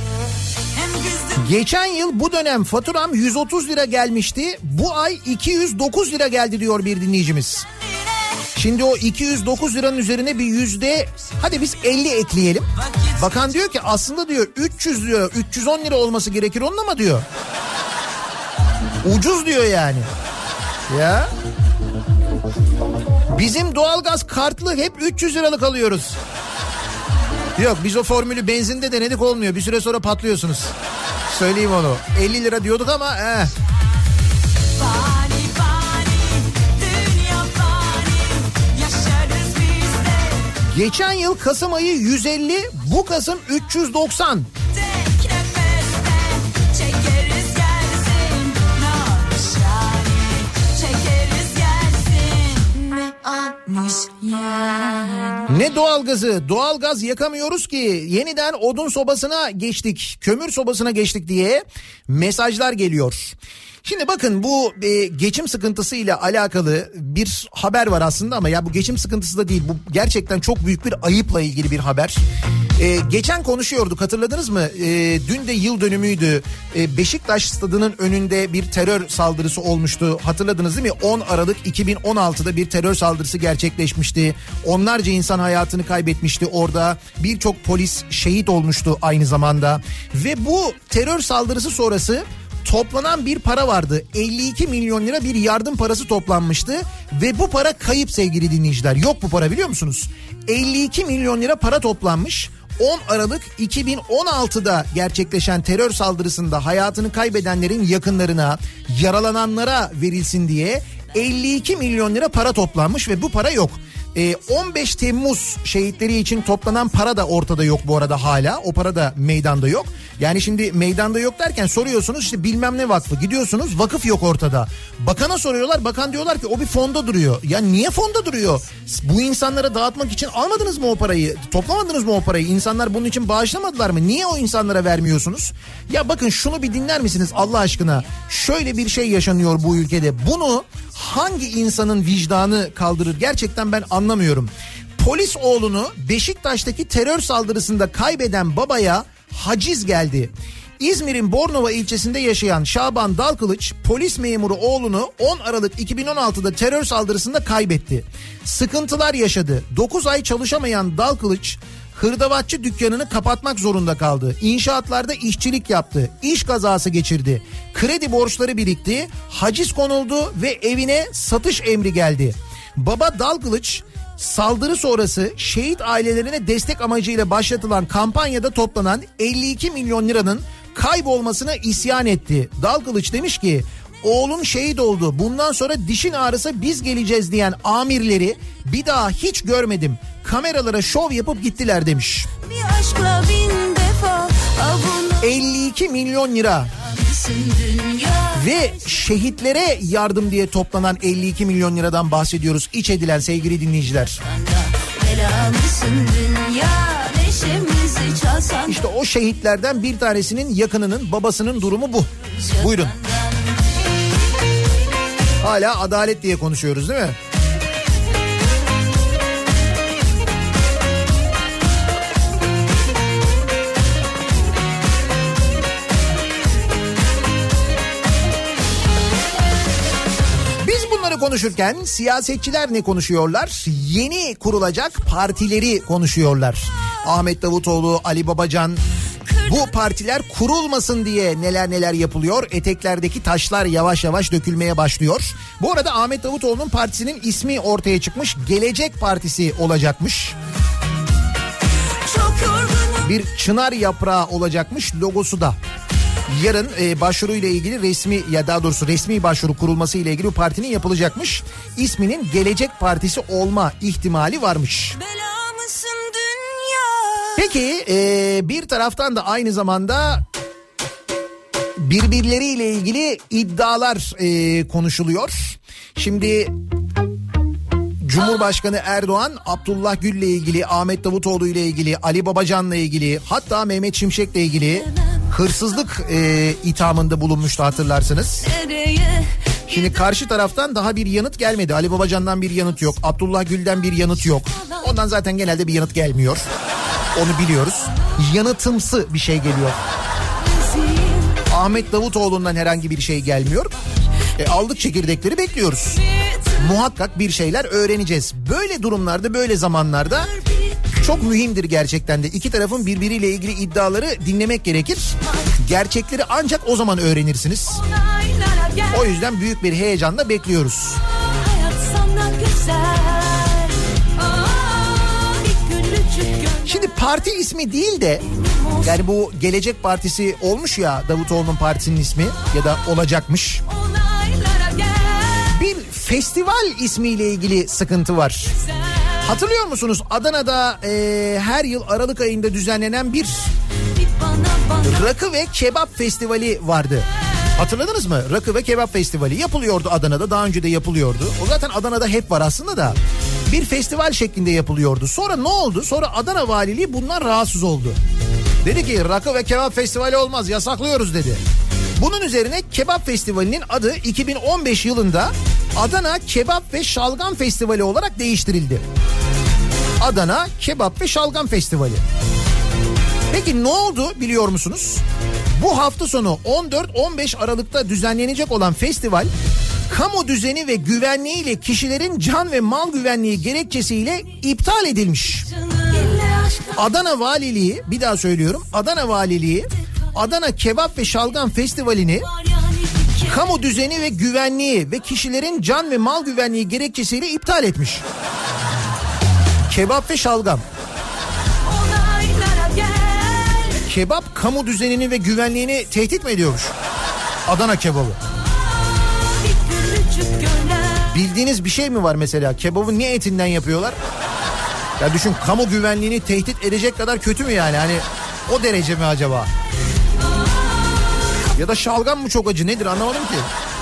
Geçen yıl bu dönem faturam 130 lira gelmişti. Bu ay 209 lira geldi diyor bir dinleyicimiz. Şimdi o 209 liranın üzerine bir hadi biz 50 ekleyelim. Bakan diyor ki aslında diyor 300 lira 310 lira olması gerekir onun ama diyor. Ucuz diyor yani. Ya. Bizim doğalgaz kartlı, hep 300 liralık alıyoruz. Yok, biz o formülü benzinde denedik, olmuyor. Bir süre sonra patlıyorsunuz. Söyleyeyim onu. 50 lira diyorduk ama Geçen yıl Kasım ayı 150, bu Kasım 390. Ne doğalgazı? Doğalgaz yakamıyoruz ki. Yeniden odun sobasına geçtik, kömür sobasına geçtik diye mesajlar geliyor. Şimdi bakın, bu geçim sıkıntısı ile alakalı bir haber var aslında ama ya bu geçim sıkıntısı da değil. Bu gerçekten çok büyük bir ayıpla ilgili bir haber. Geçen konuşuyorduk, hatırladınız mı? Dün de yıl dönümüydü. Beşiktaş stadının önünde bir terör saldırısı olmuştu. Hatırladınız değil mi? 10 Aralık 2016'da bir terör saldırısı gerçekleşmişti. Onlarca insan hayatını kaybetmişti orada. Birçok polis şehit olmuştu aynı zamanda. Ve bu terör saldırısı sonrası toplanan bir para vardı. 52 milyon lira bir yardım parası toplanmıştı ve bu para kayıp sevgili dinleyiciler. Yok bu para, biliyor musunuz? 52 milyon lira para toplanmış. 10 Aralık 2016'da gerçekleşen terör saldırısında hayatını kaybedenlerin yakınlarına, yaralananlara verilsin diye 52 milyon lira para toplanmış ve bu para yok. 15 Temmuz şehitleri için toplanan para da ortada yok bu arada hala. O para da meydanda yok. Yani şimdi meydanda yok derken soruyorsunuz, işte bilmem ne vakfı, gidiyorsunuz vakıf yok ortada. Bakana soruyorlar, bakan diyorlar ki o bir fonda duruyor. Ya niye fonda duruyor? Bu insanlara dağıtmak için almadınız mı o parayı? Toplamadınız mı o parayı? İnsanlar bunun için bağışlamadılar mı? Niye o insanlara vermiyorsunuz? Ya bakın, şunu bir dinler misiniz Allah aşkına? Şöyle bir şey yaşanıyor bu ülkede. Bunu hangi insanın vicdanı kaldırır? Gerçekten ben anlamıyorum. Polis oğlunu Beşiktaş'taki terör saldırısında kaybeden babaya haciz geldi. İzmir'in Bornova ilçesinde yaşayan Şaban Dalkılıç, polis memuru oğlunu 10 Aralık 2016'da terör saldırısında kaybetti. Sıkıntılar yaşadı. 9 ay çalışamayan Dalkılıç, hırdavatçı dükkanını kapatmak zorunda kaldı. İnşaatlarda işçilik yaptı. İş kazası geçirdi. Kredi borçları birikti. Haciz konuldu ve evine satış emri geldi. Baba Dalkılıç, saldırı sonrası şehit ailelerine destek amacıyla başlatılan kampanyada toplanan 52 milyon liranın kaybolmasına isyan etti. Dalkılıç demiş ki, oğlun şehit oldu, bundan sonra dişin ağrısı biz geleceğiz diyen amirleri bir daha hiç görmedim. Kameralara şov yapıp gittiler demiş. 52 milyon lira. Ve şehitlere yardım diye toplanan 52 milyon liradan bahsediyoruz. İç edilen sevgili dinleyiciler. İşte o şehitlerden bir tanesinin yakınının, babasının durumu bu. Buyurun. Hala adalet diye konuşuyoruz değil mi? konuşurken siyasetçiler ne konuşuyorlar? Yeni kurulacak partileri konuşuyorlar. Ahmet Davutoğlu, Ali Babacan, bu partiler kurulmasın diye neler neler yapılıyor. Eteklerdeki taşlar yavaş yavaş dökülmeye başlıyor. Bu arada Ahmet Davutoğlu'nun partisinin ismi ortaya çıkmış. Gelecek Partisi olacakmış. Bir çınar yaprağı olacakmış, logosu da. Yarın başvuruyla ilgili resmi başvuru kurulması ile ilgili bu partinin yapılacakmış. İsminin Gelecek Partisi olma ihtimali varmış. Peki bir taraftan da aynı zamanda birbirleriyle ilgili iddialar konuşuluyor. Şimdi Cumhurbaşkanı Erdoğan Abdullah Gül'le ilgili, Ahmet Davutoğlu ile ilgili, Ali Babacan'la ilgili, hatta Mehmet Şimşek'le ilgili hırsızlık ithamında bulunmuştu, hatırlarsınız. Şimdi karşı taraftan daha bir yanıt gelmedi. Ali Babacan'dan bir yanıt yok. Abdullah Gül'den bir yanıt yok. Ondan zaten genelde bir yanıt gelmiyor. Onu biliyoruz. Yanıtımsı bir şey geliyor. Ahmet Davutoğlu'ndan herhangi bir şey gelmiyor. Aldık çekirdekleri, bekliyoruz. Muhakkak bir şeyler öğreneceğiz. Böyle durumlarda, böyle zamanlarda çok mühimdir gerçekten de. İki tarafın birbiriyle ilgili iddiaları dinlemek gerekir. Gerçekleri ancak o zaman öğrenirsiniz. O yüzden büyük bir heyecanla bekliyoruz. Şimdi parti ismi değil de, yani bu Gelecek Partisi olmuş ya, Davutoğlu'nun partisinin ismi ya da olacakmış. Bir festival ismiyle ilgili sıkıntı var. Hatırlıyor musunuz? Adana'da her yıl Aralık ayında düzenlenen bir rakı ve kebap festivali vardı. Hatırladınız mı? Rakı ve kebap festivali yapılıyordu Adana'da, daha önce de yapılıyordu. O zaten Adana'da hep var aslında da. Bir festival şeklinde yapılıyordu. Sonra ne oldu? Sonra Adana Valiliği bundan rahatsız oldu. Dedi ki rakı ve kebap festivali olmaz, yasaklıyoruz dedi. Bunun üzerine kebap festivalinin adı 2015 yılında Adana Kebap ve Şalgam Festivali olarak değiştirildi. Adana Kebap ve Şalgam Festivali. Peki ne oldu biliyor musunuz? Bu hafta sonu 14-15 Aralık'ta düzenlenecek olan festival, kamu düzeni ve güvenliğiyle kişilerin can ve mal güvenliği gerekçesiyle iptal edilmiş. Adana Valiliği, bir daha söylüyorum, Adana Valiliği Adana Kebap ve Şalgam Festivali'ni kamu düzeni ve güvenliği ve kişilerin can ve mal güvenliği gerekçesiyle iptal etmiş. Kebap ve şalgam. Kebap kamu düzenini ve güvenliğini tehdit mi ediyormuş? Adana kebabı. Bildiğiniz bir şey mi var mesela? Kebabı niye etinden yapıyorlar? Ya düşün, kamu güvenliğini tehdit edecek kadar kötü mü yani? Hani o derece mi acaba? Ya da şalgam mı çok acı, nedir anlamadım ki.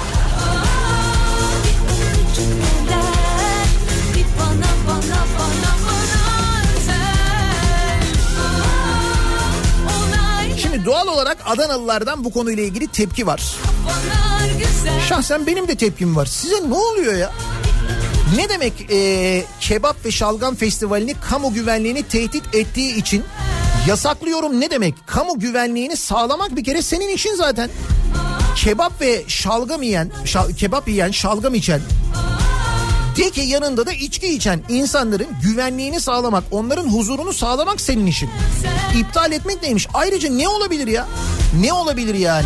Şimdi doğal olarak Adanalılardan bu konuyla ilgili tepki var. Şahsen benim de tepkim var. Size ne oluyor ya? Ne demek kebap ve şalgam festivalini kamu güvenliğini tehdit ettiği için yasaklıyorum ne demek? Kamu güvenliğini sağlamak bir kere senin işin zaten. Kebap ve şalgam yiyen, kebap yiyen, şalgam içen, de ki yanında da içki içen insanların güvenliğini sağlamak, onların huzurunu sağlamak senin işin. İptal etmek neymiş? Ayrıca ne olabilir ya? Ne olabilir yani?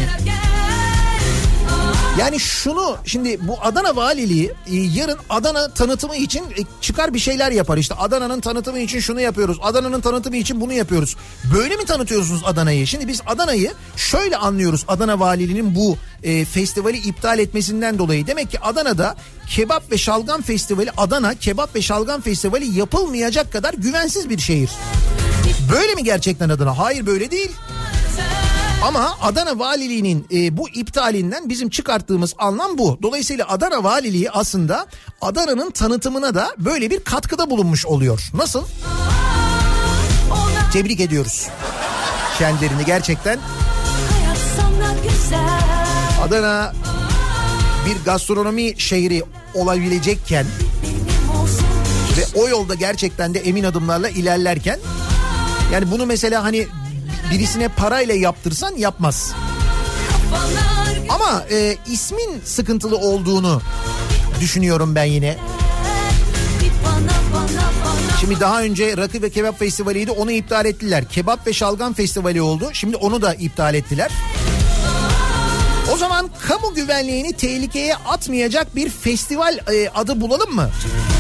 Yani şunu, şimdi bu Adana Valiliği yarın Adana tanıtımı için çıkar bir şeyler yapar. İşte Adana'nın tanıtımı için şunu yapıyoruz, Adana'nın tanıtımı için bunu yapıyoruz. Böyle mi tanıtıyorsunuz Adana'yı? Şimdi biz Adana'yı şöyle anlıyoruz, Adana Valiliğinin bu festivali iptal etmesinden dolayı. Demek ki Adana'da kebap ve şalgam festivali, Adana Kebap ve Şalgam Festivali yapılmayacak kadar güvensiz bir şehir. Böyle mi gerçekten Adana? Hayır, böyle değil. Ama Adana Valiliği'nin bu iptalinden bizim çıkarttığımız anlam bu. Dolayısıyla Adana Valiliği aslında Adana'nın tanıtımına da böyle bir katkıda bulunmuş oluyor. Nasıl? Tebrik ediyoruz kendilerini gerçekten. Adana bir gastronomi şehri olabilecekken ve o yolda gerçekten de emin adımlarla ilerlerken, yani bunu mesela hani birisine parayla yaptırsan yapmaz. Ama ismin sıkıntılı olduğunu düşünüyorum ben yine. Şimdi daha önce Rakı ve Kebap Festivali'ydi, onu iptal ettiler. Kebap ve Şalgam Festivali oldu, şimdi onu da iptal ettiler. O zaman kamu güvenliğini tehlikeye atmayacak bir festival adı bulalım mı?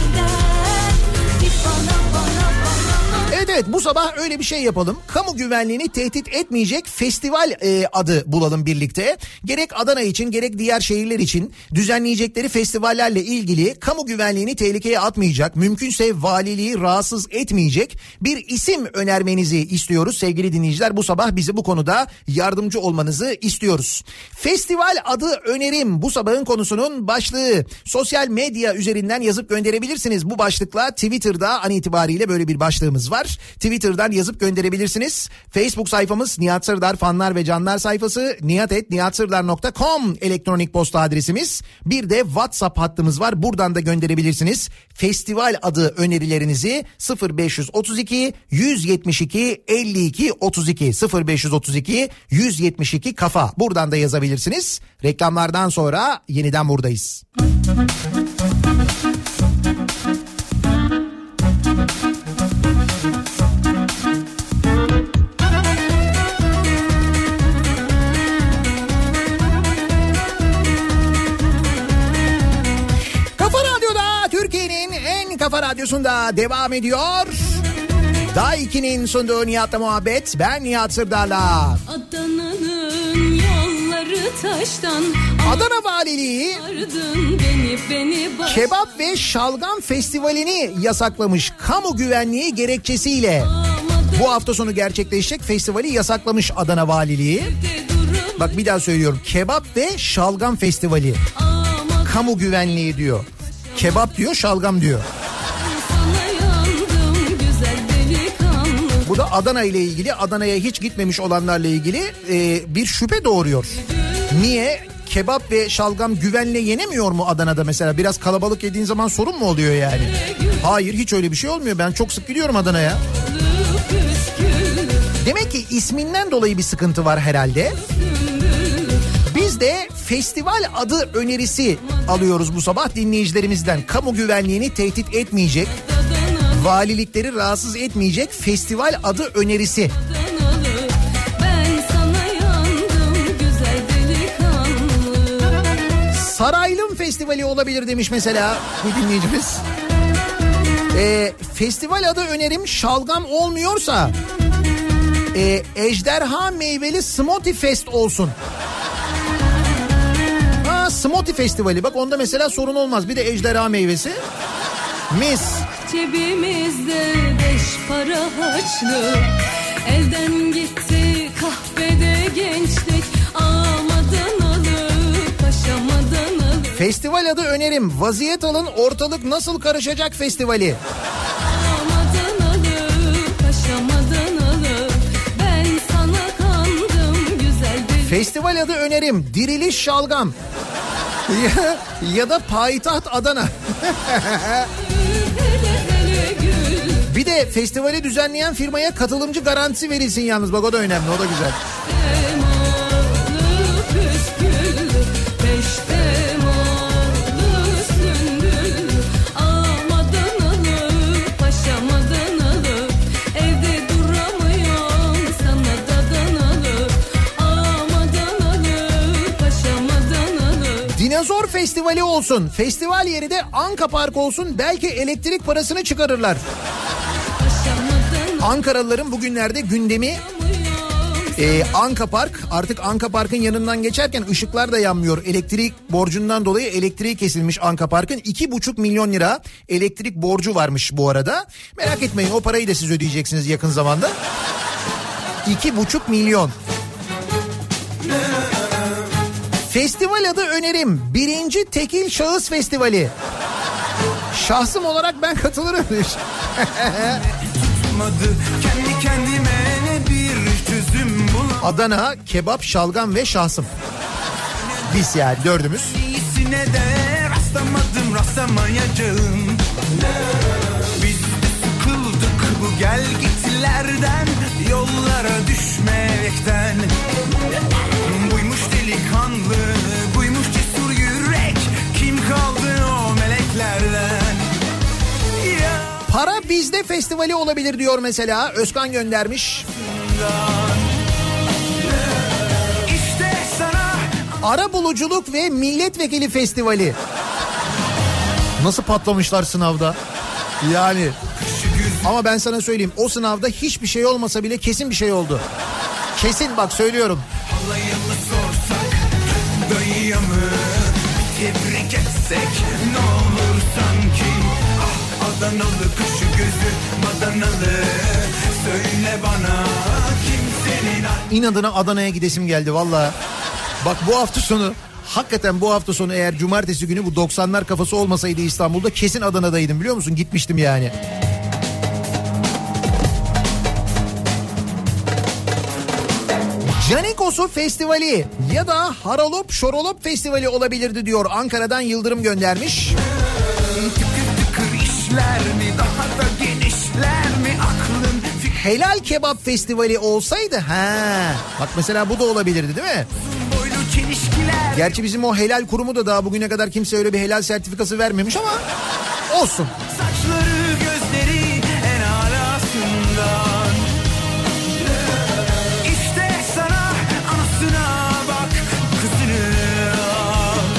Evet, bu sabah öyle bir şey yapalım. Kamu güvenliğini tehdit etmeyecek festival adı bulalım birlikte. Gerek Adana için gerek diğer şehirler için düzenleyecekleri festivallerle ilgili kamu güvenliğini tehlikeye atmayacak, mümkünse valiliği rahatsız etmeyecek bir isim önermenizi istiyoruz sevgili dinleyiciler. Bu sabah bize bu konuda yardımcı olmanızı istiyoruz. Festival adı önerim bu sabahın konusunun başlığı. Sosyal medya üzerinden yazıp gönderebilirsiniz. Bu başlıkla Twitter'da an itibariyle böyle bir başlığımız var. Twitter'dan yazıp gönderebilirsiniz. Facebook sayfamız Nihat Sırdar fanlar ve canlar sayfası, nihat@nihatsırdar.com elektronik posta adresimiz. Bir de WhatsApp hattımız var. Buradan da gönderebilirsiniz. Festival adı önerilerinizi 0532 172 52 32 0532 172 kafa. Buradan da yazabilirsiniz. Reklamlardan sonra yeniden buradayız. Kafa Radyosu'nda devam ediyor. Daha 2'nin sunduğu Nihat'la muhabbet. Ben Nihat Sırdar'la. Adana'nın yolları taştan. Adana Valiliği Kebap ve Şalgam Festivali'ni yasaklamış. Kamu güvenliği gerekçesiyle. Bu hafta sonu gerçekleşecek festivali yasaklamış Adana Valiliği. Bak bir daha söylüyorum. Kebap ve Şalgam Festivali. Kamu güvenliği diyor. Kebap diyor, şalgam diyor. Bu da Adana ile ilgili, Adana'ya hiç gitmemiş olanlarla ilgili bir şüphe doğuruyor. Niye? Kebap ve şalgam güvenle yenemiyor mu Adana'da mesela? Biraz kalabalık yediğin zaman sorun mu oluyor yani? Hayır, hiç öyle bir şey olmuyor. Ben çok sık gidiyorum Adana'ya. Demek ki isminden dolayı bir sıkıntı var herhalde. Biz de festival adı önerisi alıyoruz bu sabah dinleyicilerimizden. Kamu güvenliğini tehdit etmeyecek, valilikleri rahatsız etmeyecek festival adı önerisi. Saraylım Festivali olabilir demiş mesela bu dinleyicimiz. Festival adı önerim şalgam olmuyorsa ejderha meyveli smoothie fest olsun. Smoothie Festivali, bak onda mesela sorun olmaz. Bir de ejderha meyvesi. Mis. Cebimizde 5 para harçlık, elden gitti kahvede gençlik. Ağamadan alıp paşamadan alıp. Festival adı önerim. Vaziyet alın, ortalık nasıl karışacak festivali. Ağamadan alıp paşamadan alıp. Ben sana kandım güzel bir. Festival adı önerim. Diriliş Şalgam. Ya da Payitaht Adana. Bir de festivali düzenleyen firmaya katılımcı garantisi verilsin yalnız. Bak o da önemli, o da güzel. Dinozor Festivali olsun. Festival yeri de Anka Park olsun. Belki elektrik parasını çıkarırlar. Ankaralıların bugünlerde gündemi Anka Park. Artık Anka Park'ın yanından geçerken ışıklar da yanmıyor. Elektrik borcundan dolayı elektriği kesilmiş Anka Park'ın. 2,5 milyon lira elektrik borcu varmış bu arada. Merak etmeyin, o parayı da siz ödeyeceksiniz yakın zamanda. 2,5 milyon. Festival adı önerim. 1. Tekil Şahıs Festivali. Şahsım olarak ben katılırım. Kendi kendime bir çözüm bul. Adana, kebap, şalgam ve şahsım. Biz yani dördümüz. İyisine de rastlamayacağım. Biz de sıkıldık bu gel gitlerden, yollara düşmekten. Buymuş delikanlı, buymuş cesur yürek. Kim kaldı o Para Bizde Festivali olabilir diyor mesela. Özkan göndermiş. İşte sana Arabuluculuk ve Milletvekili Festivali. Nasıl patlamışlar sınavda? Yani. Ama ben sana söyleyeyim, o sınavda hiçbir şey olmasa bile kesin bir şey oldu. Kesin, bak söylüyorum. Alayımı sorsak, dayıyamı tebrik etsek ne olur sanki. Ah Adanalı kaşı gözü badanalı, söyle bana kimsenin... İnadına Adana'ya gidesim geldi valla. Bak bu hafta sonu, hakikaten bu hafta sonu eğer cumartesi günü bu 90'lar kafası olmasaydı İstanbul'da kesin Adana'daydım, biliyor musun? Gitmiştim yani. Canikos'u Festivali ya da Haralop Şorolop Festivali olabilirdi diyor. Ankara'dan Yıldırım göndermiş. Tıkır tıkır işler mi, daha da genişler mi aklın? Helal Kebap Festivali olsaydı, bak mesela bu da olabilirdi değil mi? Boylu çelişkiler. Gerçi bizim o helal kurumu da daha bugüne kadar kimse öyle bir helal sertifikası vermemiş ama olsun. Saçları gözleri en alasından. İşte sana anasına bak, kızını al.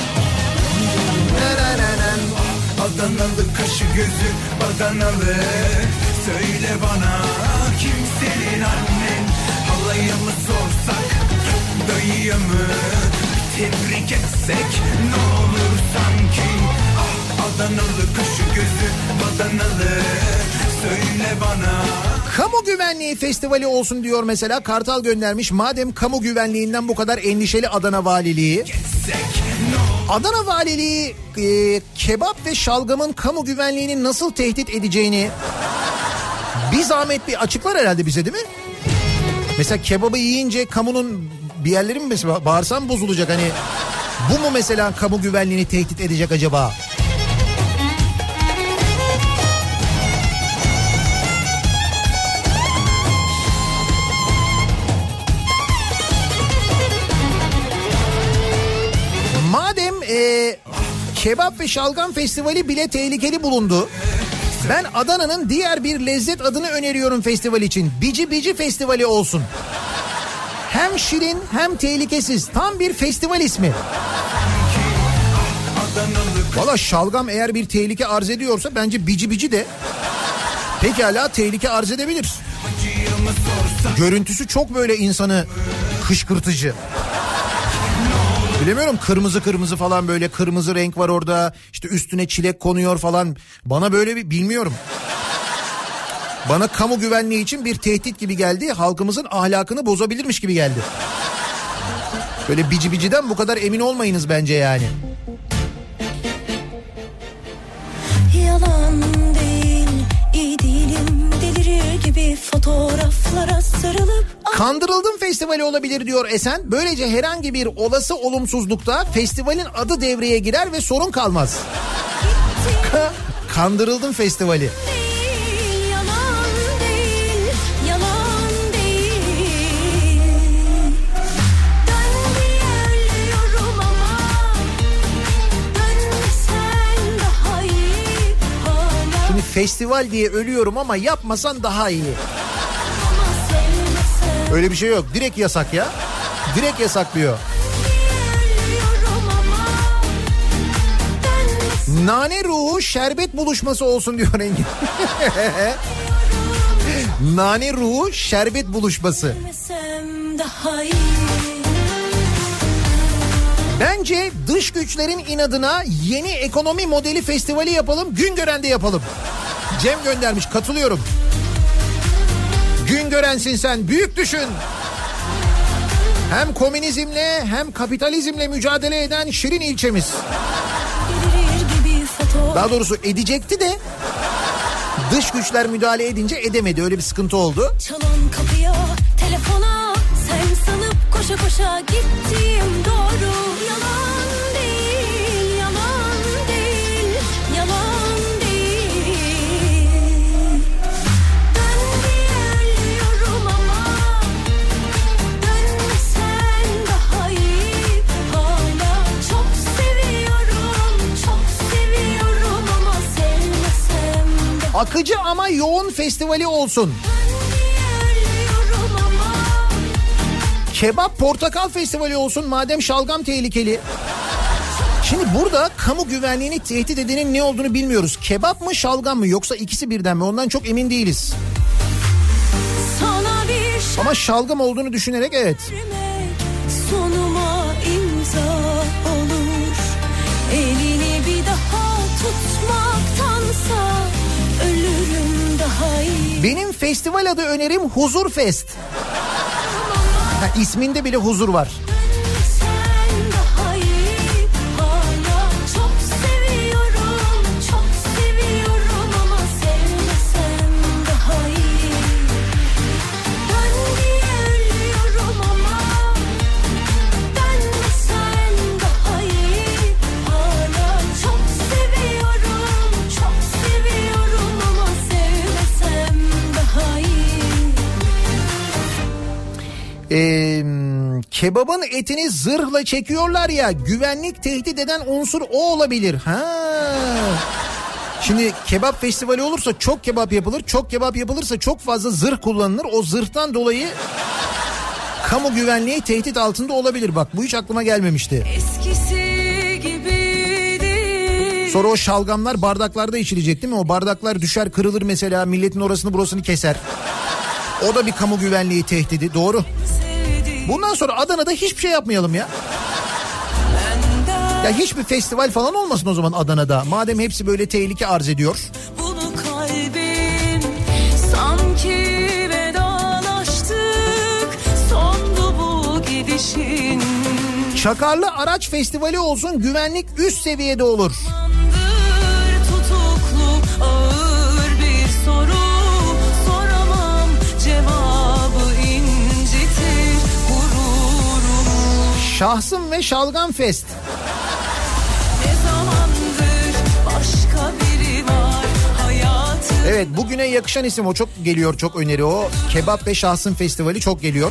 Adanalı kaşı gözü badanalı, söyle bana kimsenin annen. Halayımı sorsak, dayıyımı tebrik etsek ne olur sanki. Ah Adanalı kaşı gözü badanalı, söyle bana. Kamu Güvenliği Festivali olsun diyor mesela. Kartal göndermiş. Madem kamu güvenliğinden bu kadar endişeli Adana Valiliği. Adana Valiliği kebap ve şalgamın kamu güvenliğini nasıl tehdit edeceğini bir zahmet bir açıklar herhalde bize, değil mi? Mesela kebabı yiyince kamunun bir yerleri mi mesela bağırsam bozulacak, hani bu mu mesela kamu güvenliğini tehdit edecek acaba? Madem kebap ve şalgam festivali bile tehlikeli bulundu, ben Adana'nın diğer bir lezzet adını öneriyorum festival için. Bici Bici Festivali olsun. Hem şirin hem tehlikesiz. Tam bir festival ismi. Valla şalgam eğer bir tehlike arz ediyorsa bence Bici Bici de pekala tehlike arz edebilir. Görüntüsü çok böyle insanı kışkırtıcı. Bilemiyorum, kırmızı kırmızı falan, böyle kırmızı renk var orada. İşte üstüne çilek konuyor falan. Bana böyle bir, bilmiyorum. Bana kamu güvenliği için bir tehdit gibi geldi. Halkımızın ahlakını bozabilirmiş gibi geldi. Böyle bici biciden bu kadar emin olmayınız bence yani. Yalan değil, iyi değilim, delirir gibi fotoğraflara sarılıp... Kandırıldım Festivali olabilir diyor Esen. Böylece herhangi bir olası olumsuzlukta festivalin adı devreye girer ve sorun kalmaz. Kandırıldım Festivali. Şimdi festival diye ölüyorum ama yapmasan daha iyi. Öyle bir şey yok. Direkt yasak ya. Direkt yasaklıyor. Nane ruhu şerbet buluşması olsun diyor Engin. Nane ruhu şerbet buluşması. Bence dış güçlerin inadına yeni ekonomi modeli festivali yapalım. Güngören'de yapalım. Cem göndermiş, katılıyorum. Güngörensin sen, büyük düşün. Hem komünizmle hem kapitalizmle mücadele eden şirin ilçemiz. Daha doğrusu edecekti de dış güçler müdahale edince edemedi, öyle bir sıkıntı oldu. Çalan kapıya, telefona sen sanıp koşa koşa gittiğim doğru. Yalan değil, yalan değil, yalan değil. Ben diye ölüyorum ama dönmesen daha iyi. Hala çok seviyorum ama sevmesem de. Akıcı ama yoğun festivali olsun. Kebap portakal festivali olsun madem şalgam tehlikeli. Şimdi burada kamu güvenliğini tehdit edenin ne olduğunu bilmiyoruz. Kebap mı şalgam mı yoksa ikisi birden mi ondan çok emin değiliz. Ama şalgam olduğunu düşünerek evet. Sonuma imza olur. Elini bir daha tutmaktansa ölürüm daha iyi. Benim festival adı önerim Huzur Fest. Ha, isminde bile huzur var. Kebabın etini zırhla çekiyorlar ya, güvenlik tehdit eden unsur o olabilir. Ha. Şimdi kebap festivali olursa çok kebap yapılır. Çok kebap yapılırsa çok fazla zırh kullanılır. O zırhtan dolayı kamu güvenliği tehdit altında olabilir. Bak bu hiç aklıma gelmemişti. Eskisi gibiydi. Sonra o şalgamlar bardaklarda içilecek değil mi? O bardaklar düşer kırılır mesela, milletin orasını burasını keser. O da bir kamu güvenliği tehdidi, doğru. Bundan sonra Adana'da hiçbir şey yapmayalım ya. Ya hiçbir festival falan olmasın o zaman Adana'da. Madem hepsi böyle tehlike arz ediyor. Bunu kalbim sanki vedalaştık. Sondu bu gidişin. Çakarlı Araç Festivali olsun, güvenlik üst seviyede olur. Tutuklu ağır bir soru soramam, cevabı incitir gururumu. Şahsım ve Şalgam Fest. Ne zamandır başka biri var hayatım. Evet, bugüne yakışan isim o, çok geliyor, çok öneri o. Kebap ve Şahsım Festivali çok geliyor.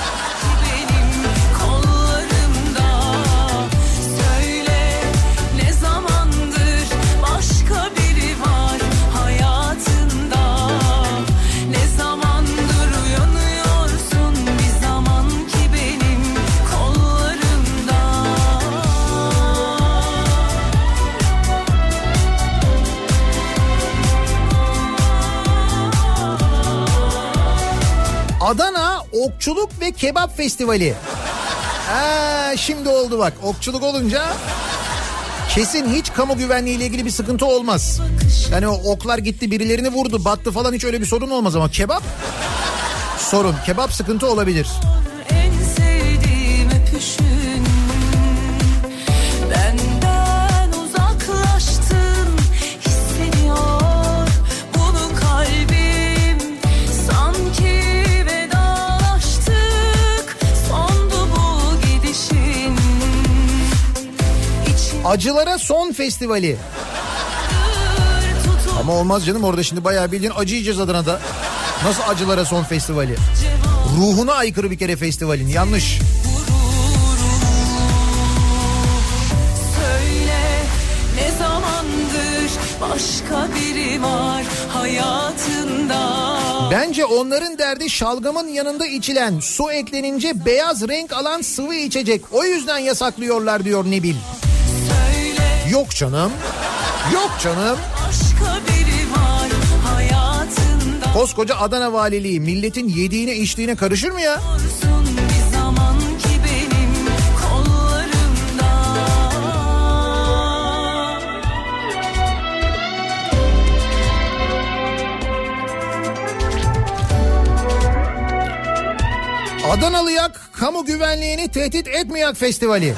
Adana Okçuluk ve Kebap Festivali. Şimdi oldu bak, okçuluk olunca kesin hiç kamu güvenliği ile ilgili bir sıkıntı olmaz. Yani o oklar gitti birilerini vurdu battı falan, hiç öyle bir sorun olmaz ama kebap sorun, kebap sıkıntı olabilir. En sevdiğim öpüşün, benden uzaklaştın hissediyor bunu kalbim, sanki Acılara Son Festivali. Ama olmaz canım, orada şimdi bayağı bildiğin acı yiyeceğiz Adana'da. Nasıl Acılara Son Festivali? Ruhuna aykırı bir kere festivalin, yanlış. Söyle ne zamandır başka biri var hayatında. Bence onların derdi şalgamın yanında içilen, su eklenince beyaz renk alan sıvı içecek. O yüzden yasaklıyorlar diyor Nebil. Yok canım. Yok canım. Başka biri var hayatında. Koskoca Adana Valiliği milletin yediğine içtiğine karışır mı ya? Bir zaman ki benim kollarımda. Adanalıyak kamu güvenliğini tehdit etmeyak festivali.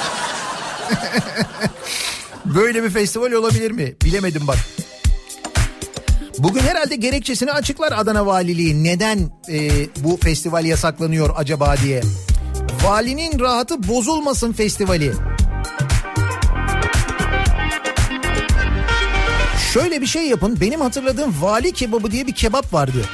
Böyle bir festival olabilir mi? Bilemedim bak. Bugün herhalde gerekçesini açıklar Adana Valiliği. Neden bu festival yasaklanıyor acaba diye. Valinin rahatı bozulmasın festivali. Şöyle bir şey yapın. Benim hatırladığım vali kebabı diye bir kebap vardı.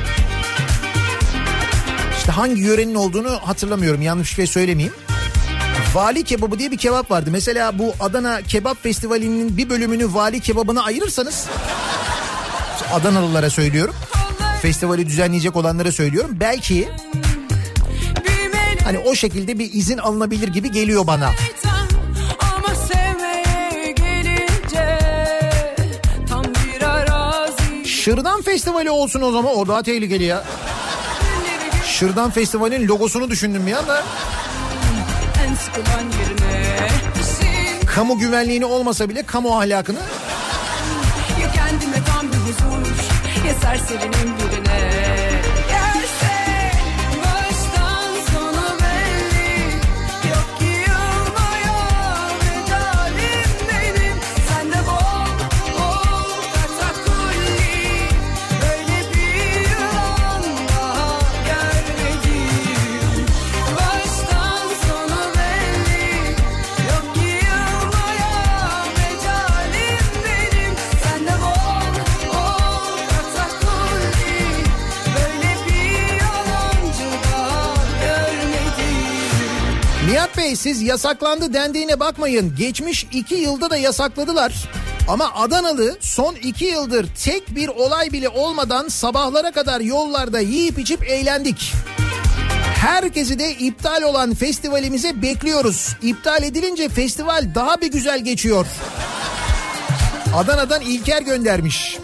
İşte hangi yörenin olduğunu hatırlamıyorum. Yanlış bir şey söylemeyeyim. Vali kebabı diye bir kebap vardı. Mesela bu Adana Kebap Festivali'nin bir bölümünü vali kebabına ayırırsanız Adanalılara söylüyorum. Festivali düzenleyecek olanlara söylüyorum. Belki hani o şekilde bir izin alınabilir gibi geliyor bana. Ama sevmeye gelince tam bir arazi. Şırdan Festivali olsun o zaman, o daha tehlikeli ya. Şırdan Festivali'nin logosunu düşündüm ya da. En sıkılan yerine Kamu güvenliğini olmasa bile kamu ahlakını. ya kendime tam bir huzur ya serserinin birine. Gelse baştan sona belli yok ki yılmaya medalim benim. Sen de bol bol katakulli böyle bir yılan daha görmedim. Baştan sona belli yok ki yılmaya medalim benim. Sen de bol bol katakulli böyle bir yalancı daha görmedim. Nihat Bey, siz yasaklandı dendiğine bakmayın. Geçmiş 2 yılda da yasakladılar. Ama Adanalı son 2 yıldır tek bir olay bile olmadan sabahlara kadar yollarda yiyip içip eğlendik. Herkesi de iptal olan festivalimize bekliyoruz. İptal edilince festival daha bir güzel geçiyor. Adana'dan İlker göndermiş.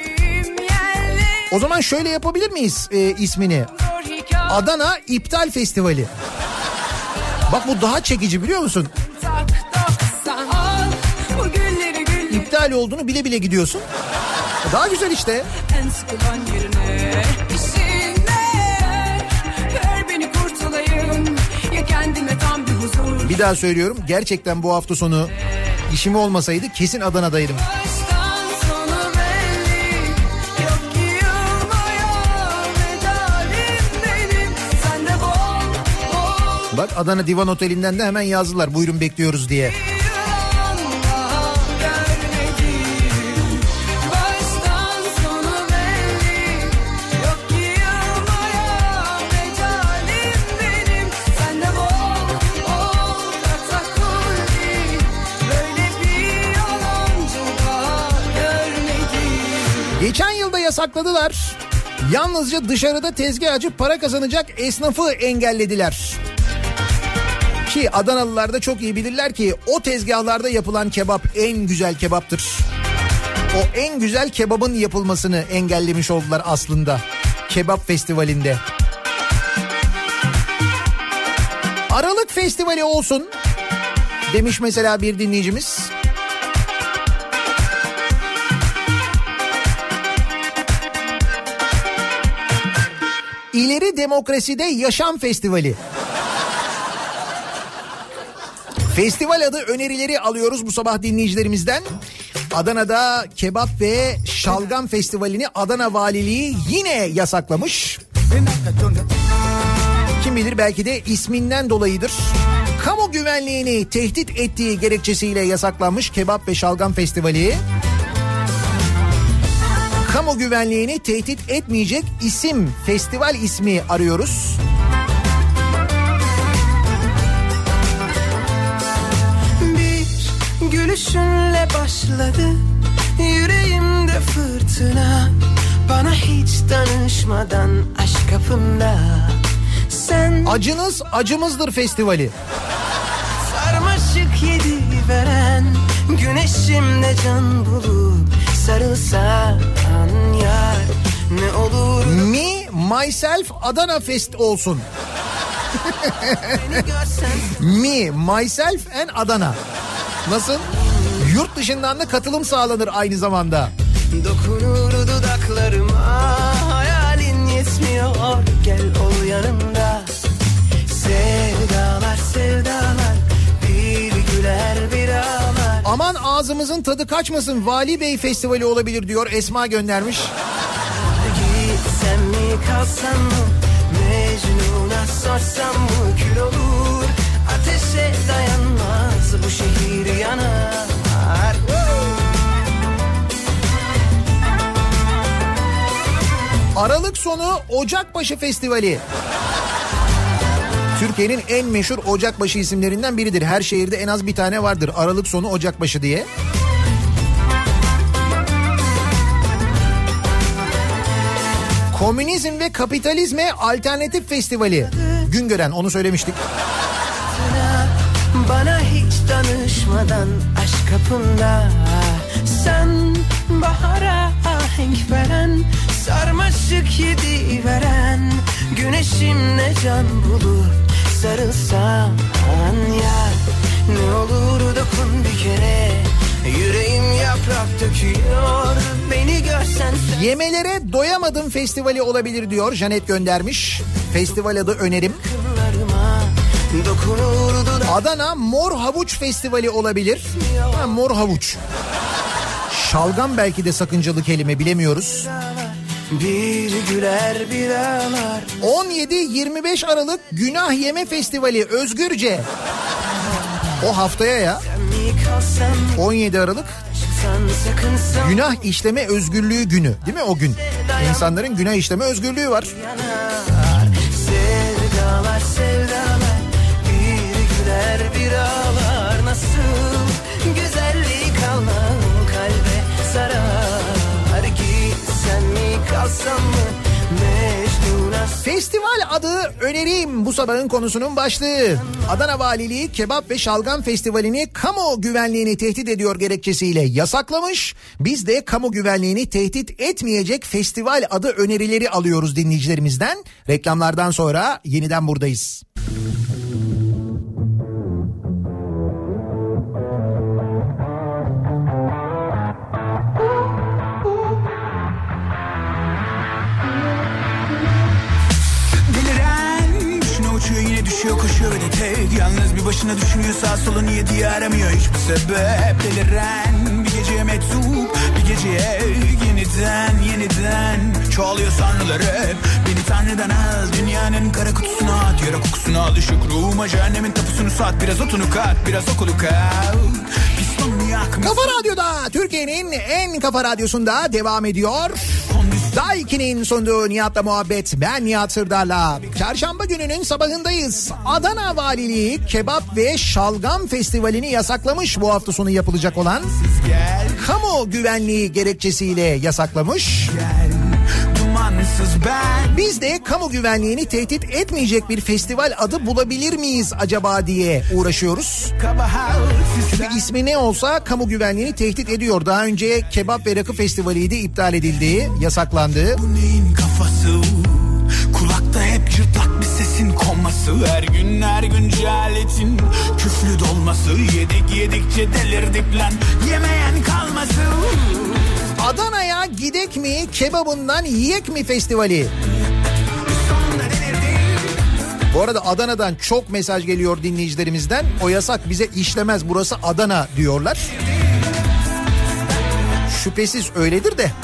O zaman şöyle yapabilir miyiz ismini? Adana İptal Festivali. Bak bu daha çekici, biliyor musun? İptal olduğunu bile bile gidiyorsun. Daha güzel işte. En sıkılan yerine işine ver beni kurtulayım ya kendime tam bir huzur. Bir daha söylüyorum, gerçekten bu hafta sonu işim olmasaydı kesin Adana'daydım. Baştan sona belli yok ki yılmaya medalim benim. Sen de bol bol Bak Adana Divan Oteli'nden de hemen yazdılar, buyurun bekliyoruz diye. yılan daha görmedim. Baştan sona belli yok ki yılmaya medalim benim. Sen de bol bol katakulli böyle bir yalancı daha görmedim. Geçen yılda yasakladılar. Yalnızca dışarıda tezgah açıp para kazanacak esnafı engellediler. Ki Adanalılar da çok iyi bilirler ki o tezgahlarda yapılan kebap en güzel kebaptır. O en güzel kebabın yapılmasını engellemiş oldular aslında Kebap Festivali'nde. Aralık Festivali olsun demiş mesela bir dinleyicimiz. İleri Demokrasi'de Yaşam Festivali. Festival adı önerileri alıyoruz bu sabah dinleyicilerimizden. Adana'da Kebap ve Şalgam Festivali'ni Adana Valiliği yine yasaklamış. Kim bilir belki de isminden dolayıdır. Kamu güvenliğini tehdit ettiği gerekçesiyle yasaklanmış Kebap ve Şalgam Festivali. Kamu güvenliğini tehdit etmeyecek isim, festival ismi arıyoruz. Bir gülüşünle başladı yüreğimde fırtına. Bana hiç danışmadan aşk kapımda. Sen Acınız acımızdır festivali. sarmaşık yedi veren güneşimle can bulup sarılsan yar ne olur. Me, myself, Adana Fest olsun. Me, myself and Adana. Nasıl? Yurt dışından da katılım sağlanır aynı zamanda. Dokunur dudaklarıma hayalin yetmiyor gel ol yanımda. Sevdalar sevdalar bir güler bir ağlar. Aman ağzımızın tadı kaçmasın, Vali Bey Festivali olabilir diyor, Esma göndermiş. Gitsem mi kalsam mı Mecnun'a sorsam mı kül olur. Ateşe dayanmaz bu şehir yanar. Aralık sonu Ocakbaşı Festivali. Türkiye'nin en meşhur Ocakbaşı isimlerinden biridir. Her şehirde en az bir tane vardır Aralık sonu Ocakbaşı diye. Komünizm ve Kapitalizme Alternatif Festivali. Güngören, onu söylemiştik. Bana hiç danışmadan aşk kapında, sen bahara ahenk veren, sarmaşık yedi veren, güneşimle can bulup sarılsan ya, ne olur dokun bir kere, yüreğim yaprak döküyor, beni görsen sen... Yemelere Doyamadım Festivali olabilir diyor, Janet göndermiş. Festival adı önerim. Adana Mor Havuç Festivali olabilir. Ha, mor havuç. Şalgam belki de sakıncalı kelime, bilemiyoruz. Bir güler bir ağlar. 17-25 Aralık Günah Yeme Festivali Özgürce. O haftaya ya. 17 Aralık Günah İşleme Özgürlüğü Günü, değil mi o gün? İnsanların günah işleme özgürlüğü var. Sevdalar sevdalar, bir güler bir ağlar, nasıl güzelliği kalmam kalbe sarar, gitsen mi kalsam mı Mecnun'a. Festival adı önereyim bu sabahın konusunun başlığı. Adana Valiliği Kebap ve Şalgam Festivali'ni kamu güvenliğini tehdit ediyor gerekçesiyle yasaklamış. Biz de kamu güvenliğini tehdit etmeyecek festival adı önerileri alıyoruz dinleyicilerimizden. Reklamlardan sonra yeniden buradayız. Yine düşüyor koşuyor ve de tek, yalnız bir başına düşünüyor, sağ sola niye diye aramıyor hiçbir sebep. Deliren bir geceye meczup, bir geceye yeniden çoğalıyor sanrıları. Beni Tanrı'dan al, dünyanın kara kutusuna at, yara kokusuna alışık ruhuma, cehennemin tapusunu sat, biraz otunu kat, biraz okulu kat. Kafa Radyo'da, Türkiye'nin en kafa radyosunda devam ediyor. Daiki'nin sunduğu Nihat'la muhabbet, ben Nihat Sırdar'la. Çarşamba gününün sabahındayız. Adana Valiliği Kebap ve Şalgam Festivali'ni yasaklamış, bu hafta sonu yapılacak olan. Kamu güvenliği gerekçesiyle yasaklamış. Biz de kamu güvenliğini tehdit etmeyecek bir festival adı bulabilir miyiz acaba diye uğraşıyoruz. Çünkü ismi ne olsa kamu güvenliğini tehdit ediyor. Daha önce Kebap ve Rakı Festivali'ydi, iptal edildi, yasaklandı. Bu neyin kafası? Kulakta hep cırtlak bir sesin konması, her gün cehaletin küflü dolması, yedikçe delirdik lan, yemeyen kalması. Adana'ya gidek mi, kebabından yiyek mi festivali? Bu arada Adana'dan çok mesaj geliyor dinleyicilerimizden. O yasak bize işlemez, burası Adana diyorlar. Şüphesiz öyledir de.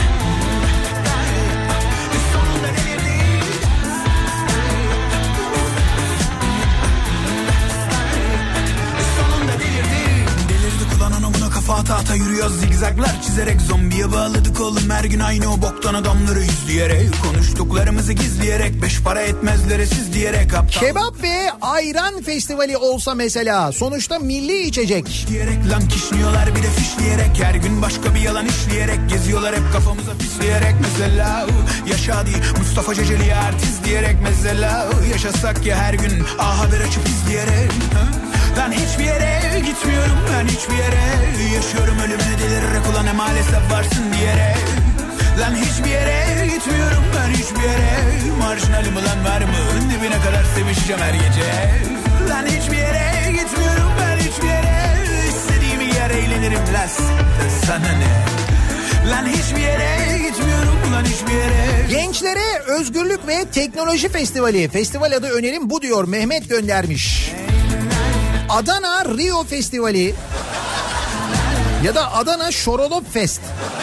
Ata yürüyoruz zigzaglar çizerek, zombiye bağladık oğlum her gün aynı o boktan adamları izleyerek, konuştuklarımızı gizleyerek, beş para etmezlere siz diyerek aptal. Kebap ve ayran festivali olsa mesela, sonuçta milli içecek. Diyerek lan kişniyorlar bir de fişleyerek, her gün başka bir yalan işleyerek, geziyorlar hep kafamıza pisleyerek mesela. Yaşa değil Mustafa Ceceli artist diyerek mesela, yaşasak ya her gün haber açıp izleyerek. Ben hiçbir yere gitmiyorum, ben hiçbir yere yaşıyorum ölümüne delirerek, ulan ne maalesef varsın diyerek. Lan hiçbir yere gitmiyorum, ben hiçbir yere, marjinalim ulan var mı, dibine kadar sevişeceğim her gece. Lan hiçbir yere gitmiyorum, ben hiçbir yere, istediğimi yer eğlenirim lan, sana ne. Lan hiçbir yere gitmiyorum, ulan hiçbir yere. Gençlere Özgürlük ve Teknoloji Festivali, festival adı önerim bu diyor, Mehmet göndermiş. Adana Rio Festivali ya da Adana Şorolop Fest.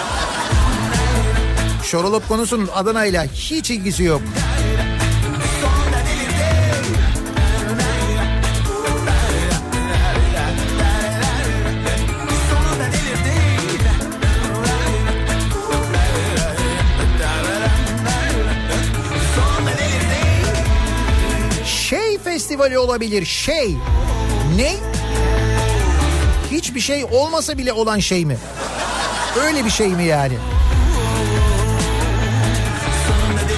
Şorolop konusunun Adana ile hiç ilgisi yok. Şey Festivali olabilir, şey. Ne? Hiçbir şey olmasa bile olan şey mi? Öyle bir şey mi yani?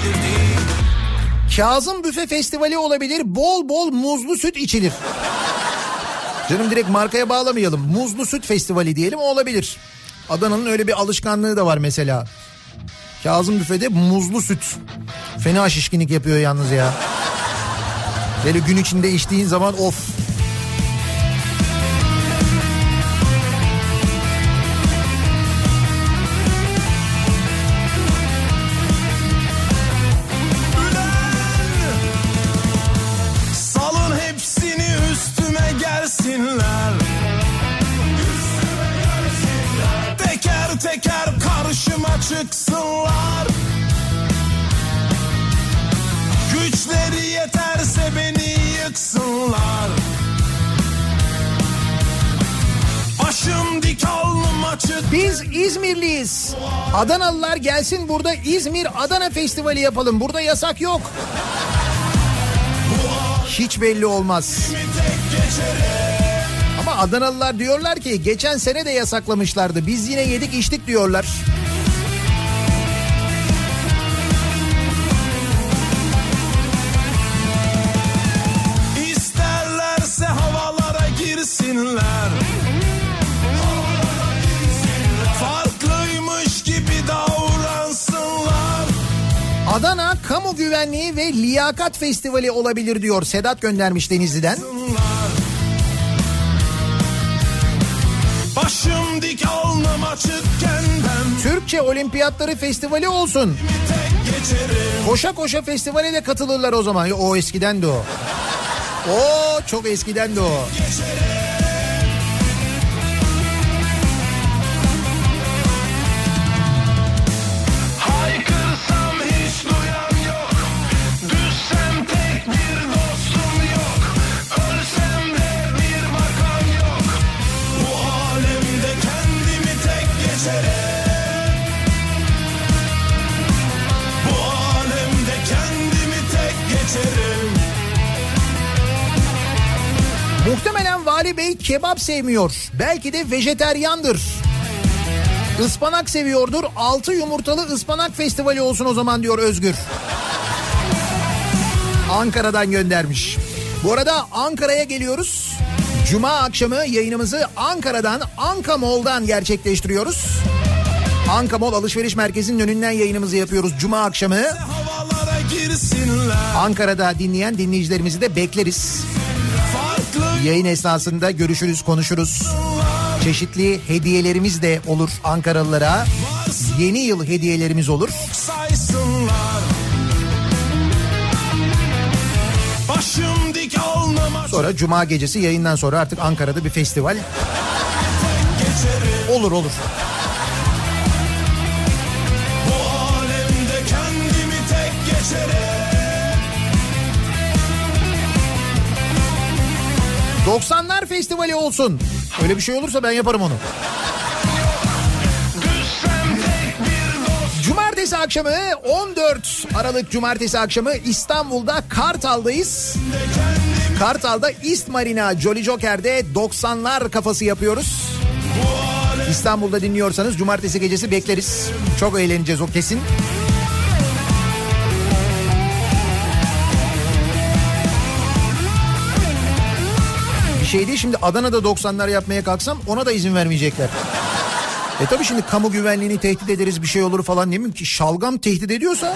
Kazım Büfe Festivali olabilir. Bol bol muzlu süt içilir. Canım direkt markaya bağlamayalım. Muzlu Süt Festivali diyelim, o olabilir. Adana'nın öyle bir alışkanlığı da var mesela. Kazım Büfe'de muzlu süt. Fena şişkinlik yapıyor yalnız ya. Böyle gün içinde içtiğin zaman of. Salın hepsini üstüme gelsinler. Teker teker karşıma çıksınlar. Güçleri yeterse beni yıksınlar. Başım dik alnım açık. Biz İzmirliyiz. Adanalılar gelsin, burada İzmir Adana Festivali yapalım. Burada yasak yok. Hiç belli olmaz. Ama Adanalılar diyorlar ki geçen sene de yasaklamışlardı. Biz yine yedik içtik diyorlar. İsterlerse havalara girsinler. Farklıymış gibi davransınlar. Adana Kamu Güvenliği ve Liyakat Festivali olabilir diyor. Sedat göndermiş Denizli'den. Başım dik alnım açıkken ben Türkçe Olimpiyatları Festivali olsun. Koşa koşa festivale de katılırlar o zaman. O eskiden de o. O çok eskiden de o. haykırsam hiç duyan yok. Düşsem tek bir dostum yok. Ölsem de bir bakan yok. Bu alemde kendimi tek geçerim. Bu alemde kendimi tek geçerim. Muhtemelen Vali Bey kebap sevmiyor. Belki de vejeteryandır. Ispanak seviyordur. 6 yumurtalı ıspanak festivali olsun o zaman diyor Özgür. Ankara'dan göndermiş. Bu arada Ankara'ya geliyoruz. Cuma akşamı yayınımızı Ankara'dan, Anka Mall'dan gerçekleştiriyoruz. Anka Mall alışveriş merkezinin önünden yayınımızı yapıyoruz Cuma akşamı. Havalara girsinler. Ankara'da dinleyen dinleyicilerimizi de bekleriz. Yayın esnasında görüşürüz, konuşuruz. Çeşitli hediyelerimiz de olur Ankaralılara. Yeni yıl hediyelerimiz olur. Saysınlar. Başım dik alnım açık. Sonra Cuma gecesi yayından sonra artık Ankara'da bir festival olur. Bu alemde kendimi tek geçerim. 90'lar festivali olsun. Öyle bir şey olursa ben yaparım onu. Cumartesi akşamı 14 Aralık Cumartesi akşamı İstanbul'da Kartal'dayız. Kartal'da East Marina Jolly Joker'de 90'lar kafası yapıyoruz. İstanbul'da dinliyorsanız cumartesi gecesi bekleriz. Çok eğleneceğiz, o kesin. Bir şey değil, şimdi Adana'da 90'lar yapmaya kalksam ona da izin vermeyecekler. Tabii şimdi kamu güvenliğini tehdit ederiz, bir şey olur falan, değil mi ki? Şalgam tehdit ediyorsa...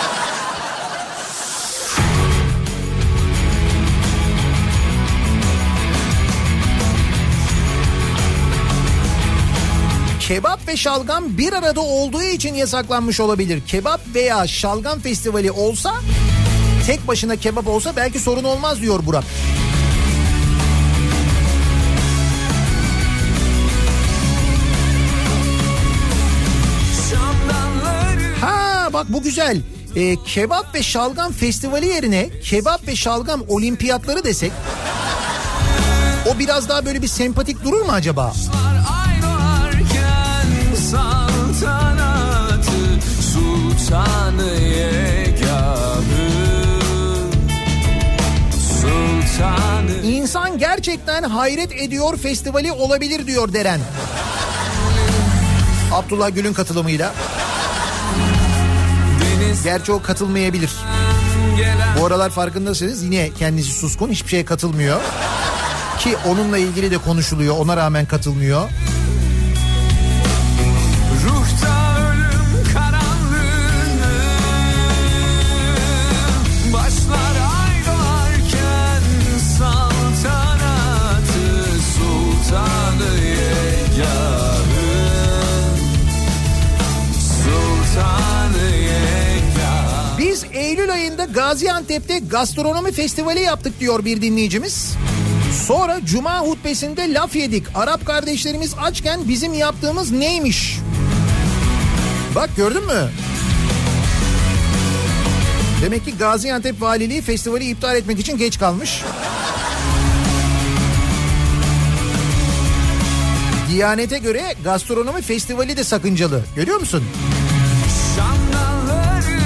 Kebap ve şalgam bir arada olduğu için yasaklanmış olabilir. Kebap veya şalgam festivali olsa, tek başına kebap olsa belki sorun olmaz diyor Burak. Ha bak bu güzel. Kebap ve şalgam festivali yerine kebap ve şalgam olimpiyatları desek, o biraz daha böyle bir sempatik durur mu acaba? Saltanatı sultanı yegahı sultanı. İnsan gerçekten hayret ediyor festivali olabilir diyor Deren. Abdullah Gül'ün katılımıyla. Gerçi o katılmayabilir. Bu aralar farkındasınız yine kendisi suskun, hiçbir şeye katılmıyor. Ki onunla ilgili de konuşuluyor, ona rağmen katılmıyor. Ruhta ölüm karanlığını başlar ay doğarken saltanatı sultanı yegâhın sultanı yegâhın. Biz Eylül ayında Gaziantep'te gastronomi festivali yaptık diyor bir dinleyicimiz. Sonra Cuma hutbesinde laf yedik. Arap kardeşlerimiz açken bizim yaptığımız neymiş? Bak gördün mü? Demek ki Gaziantep Valiliği festivali iptal etmek için geç kalmış. Diyanete göre gastronomi festivali de sakıncalı. Görüyor musun? Sandalları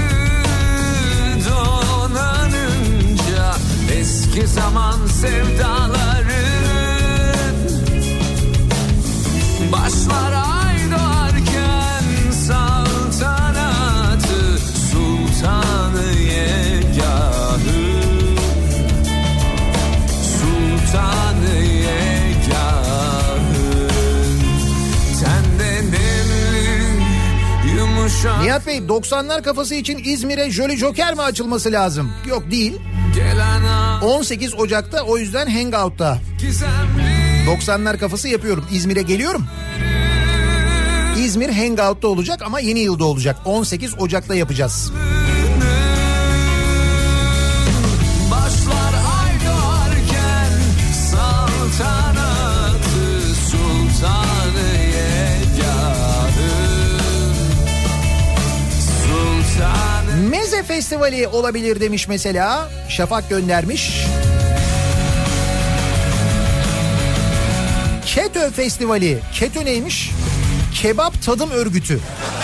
donanınca eski zaman sevdaların başlar ay doğarken saltanatı sultanı yegâhın sultanı yegâhın tende nemli yumuşak. Nihat Bey 90'lar kafası için İzmir'e Jolly Joker mi açılması lazım? Yok değil. 18 Ocak'ta, o yüzden Hangout'ta. 90'lar kafası yapıyorum. İzmir'e geliyorum. İzmir Hangout'ta olacak ama yeni yılda olacak. 18 Ocak'ta yapacağız. Başlar ay doğarken saltanatı sultanı yegâhın sultanı. Meze Festivali olabilir demiş mesela. Şafak göndermiş. Ketö Festivali. Ketö neymiş? Kebap Tadım Örgütü.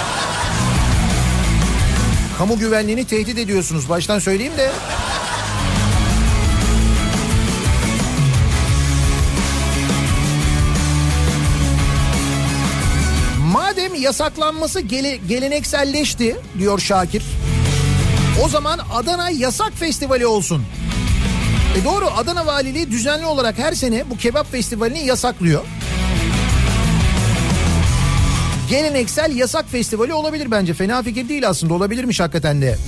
Kamu güvenliğini tehdit ediyorsunuz. Baştan söyleyeyim de. Madem yasaklanması gelenekselleşti diyor Şakir. O zaman Adana Yasak Festivali olsun. Doğru, Adana Valiliği düzenli olarak her sene bu kebap festivalini yasaklıyor. Geleneksel yasak festivali olabilir bence. Fena fikir değil aslında, olabilirmiş hakikaten de.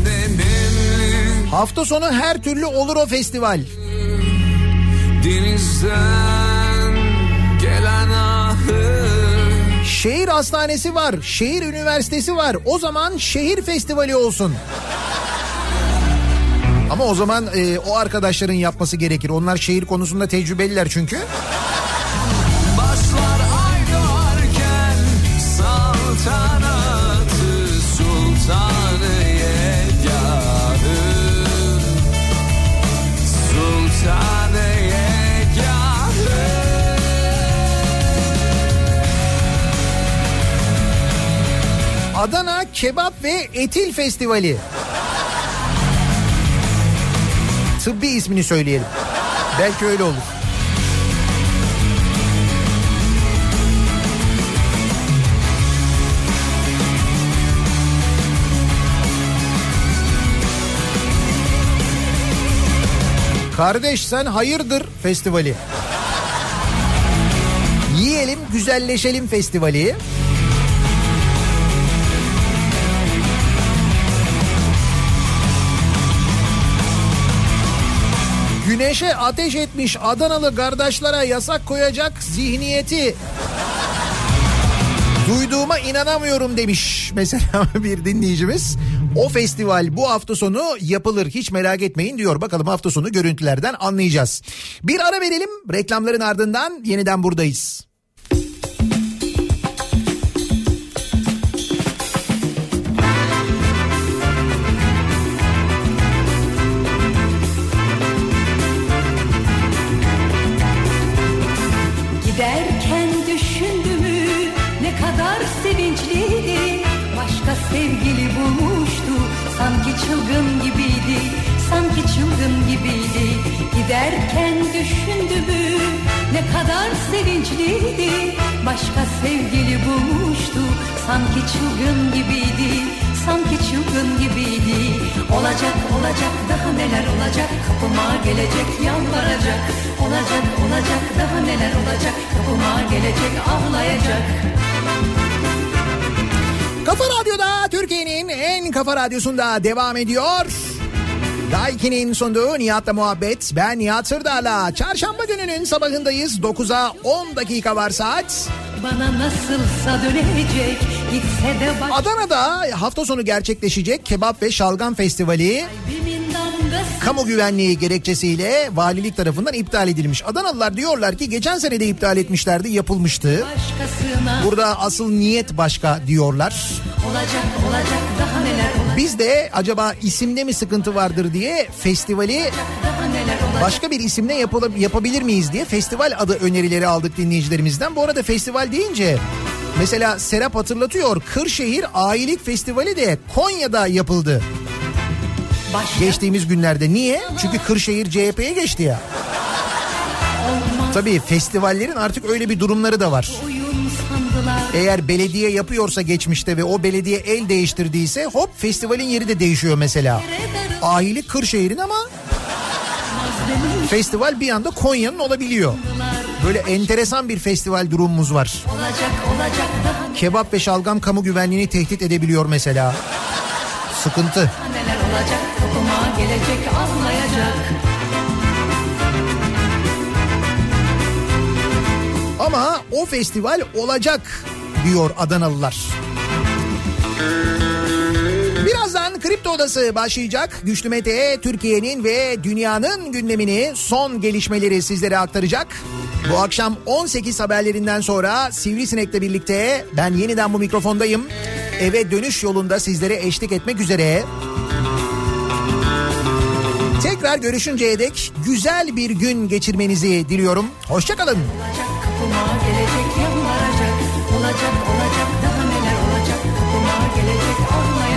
Hafta sonu her türlü olur o festival. Denizden gelen ahı. Şehir hastanesi var, şehir üniversitesi var. O zaman şehir festivali olsun. Ama o zaman o arkadaşların yapması gerekir. Onlar şehir konusunda tecrübeliler çünkü. Başlar ay doğarken saltanatı sultanı yegâhın sultanı yegâhın. Adana Kebap ve Etil Festivali. Tıbbi ismini söyleyelim. Belki öyle olur. Kardeş sen hayırdır festivali. Yiyelim güzelleşelim festivali. Güneşe ateş etmiş Adanalı kardeşlere yasak koyacak zihniyeti duyduğuma inanamıyorum demiş mesela bir dinleyicimiz. O festival bu hafta sonu yapılır, hiç merak etmeyin diyor. Bakalım hafta sonu görüntülerden anlayacağız. Bir ara verelim, reklamların ardından yeniden buradayız. Giderken düşündüğümü ne kadar sevinçliydi. Başka sevgili bulmuştu. Sanki çılgın gibiydi. Sanki çılgın gibiydi. Giderken düşündüğümü ne kadar sevinçliydi. Başka sevgili bulmuştu. Sanki çılgın gibiydi. sanki çılgın gibiydi. Olacak olacak daha neler olacak, kapıma gelecek yalvaracak. Olacak olacak daha neler olacak, kapıma gelecek ağlayacak. Kafa Radyo'da, Türkiye'nin en kafa radyosunda devam ediyor. Daiki'nin sunduğu Nihat'la muhabbet. Ben Nihat Sırdar'la. Çarşamba gününün sabahındayız. 9'a 10 dakika var saat. Bana nasılsa dönecek, gitse de baş... Adana'da hafta sonu gerçekleşecek Kebap ve Şalgam Festivali kamu güvenliği gerekçesiyle valilik tarafından iptal edilmiş. Adanalılar diyorlar ki geçen sene de iptal etmişlerdi, yapılmıştı. Burada asıl niyet başka diyorlar. Olacak olacak daha neler olacak. Biz de acaba isimde mi sıkıntı vardır diye festivali başka bir isimle yapabilir miyiz diye festival adı önerileri aldık dinleyicilerimizden. Bu arada festival deyince mesela Serap hatırlatıyor, Kırşehir Ayilik Festivali de Konya'da yapıldı. Geçtiğimiz günlerde. Niye? Çünkü Kırşehir CHP'ye geçti ya. Tabii festivallerin artık öyle bir durumları da var. Eğer belediye yapıyorsa geçmişte ve o belediye el değiştirdiyse hop festivalin yeri de değişiyor mesela. Ahilik Kırşehir'in ama festival bir anda Konya'nın olabiliyor. Böyle enteresan bir festival durumumuz var. Kebap ve şalgam kamu güvenliğini tehdit edebiliyor mesela. Sıkıntı. Neler olacak, kapıma gelecek ağlayacak. Ama o festival olacak diyor Adanalılar. Birazdan Kripto Odası başlayacak. Güçlü Mete Türkiye'nin ve dünyanın gündemini, son gelişmeleri sizlere aktaracak. Bu akşam 18 haberlerinden sonra Sivrisinek'le birlikte ben yeniden bu mikrofondayım. Eve dönüş yolunda sizlere eşlik etmek üzere. Tekrar görüşünceye dek güzel bir gün geçirmenizi diliyorum. Hoşça kalın. Kapıma gelecek yalvaracak. Olacak olacak daha neler olacak, kapıma gelecek ağlayacak.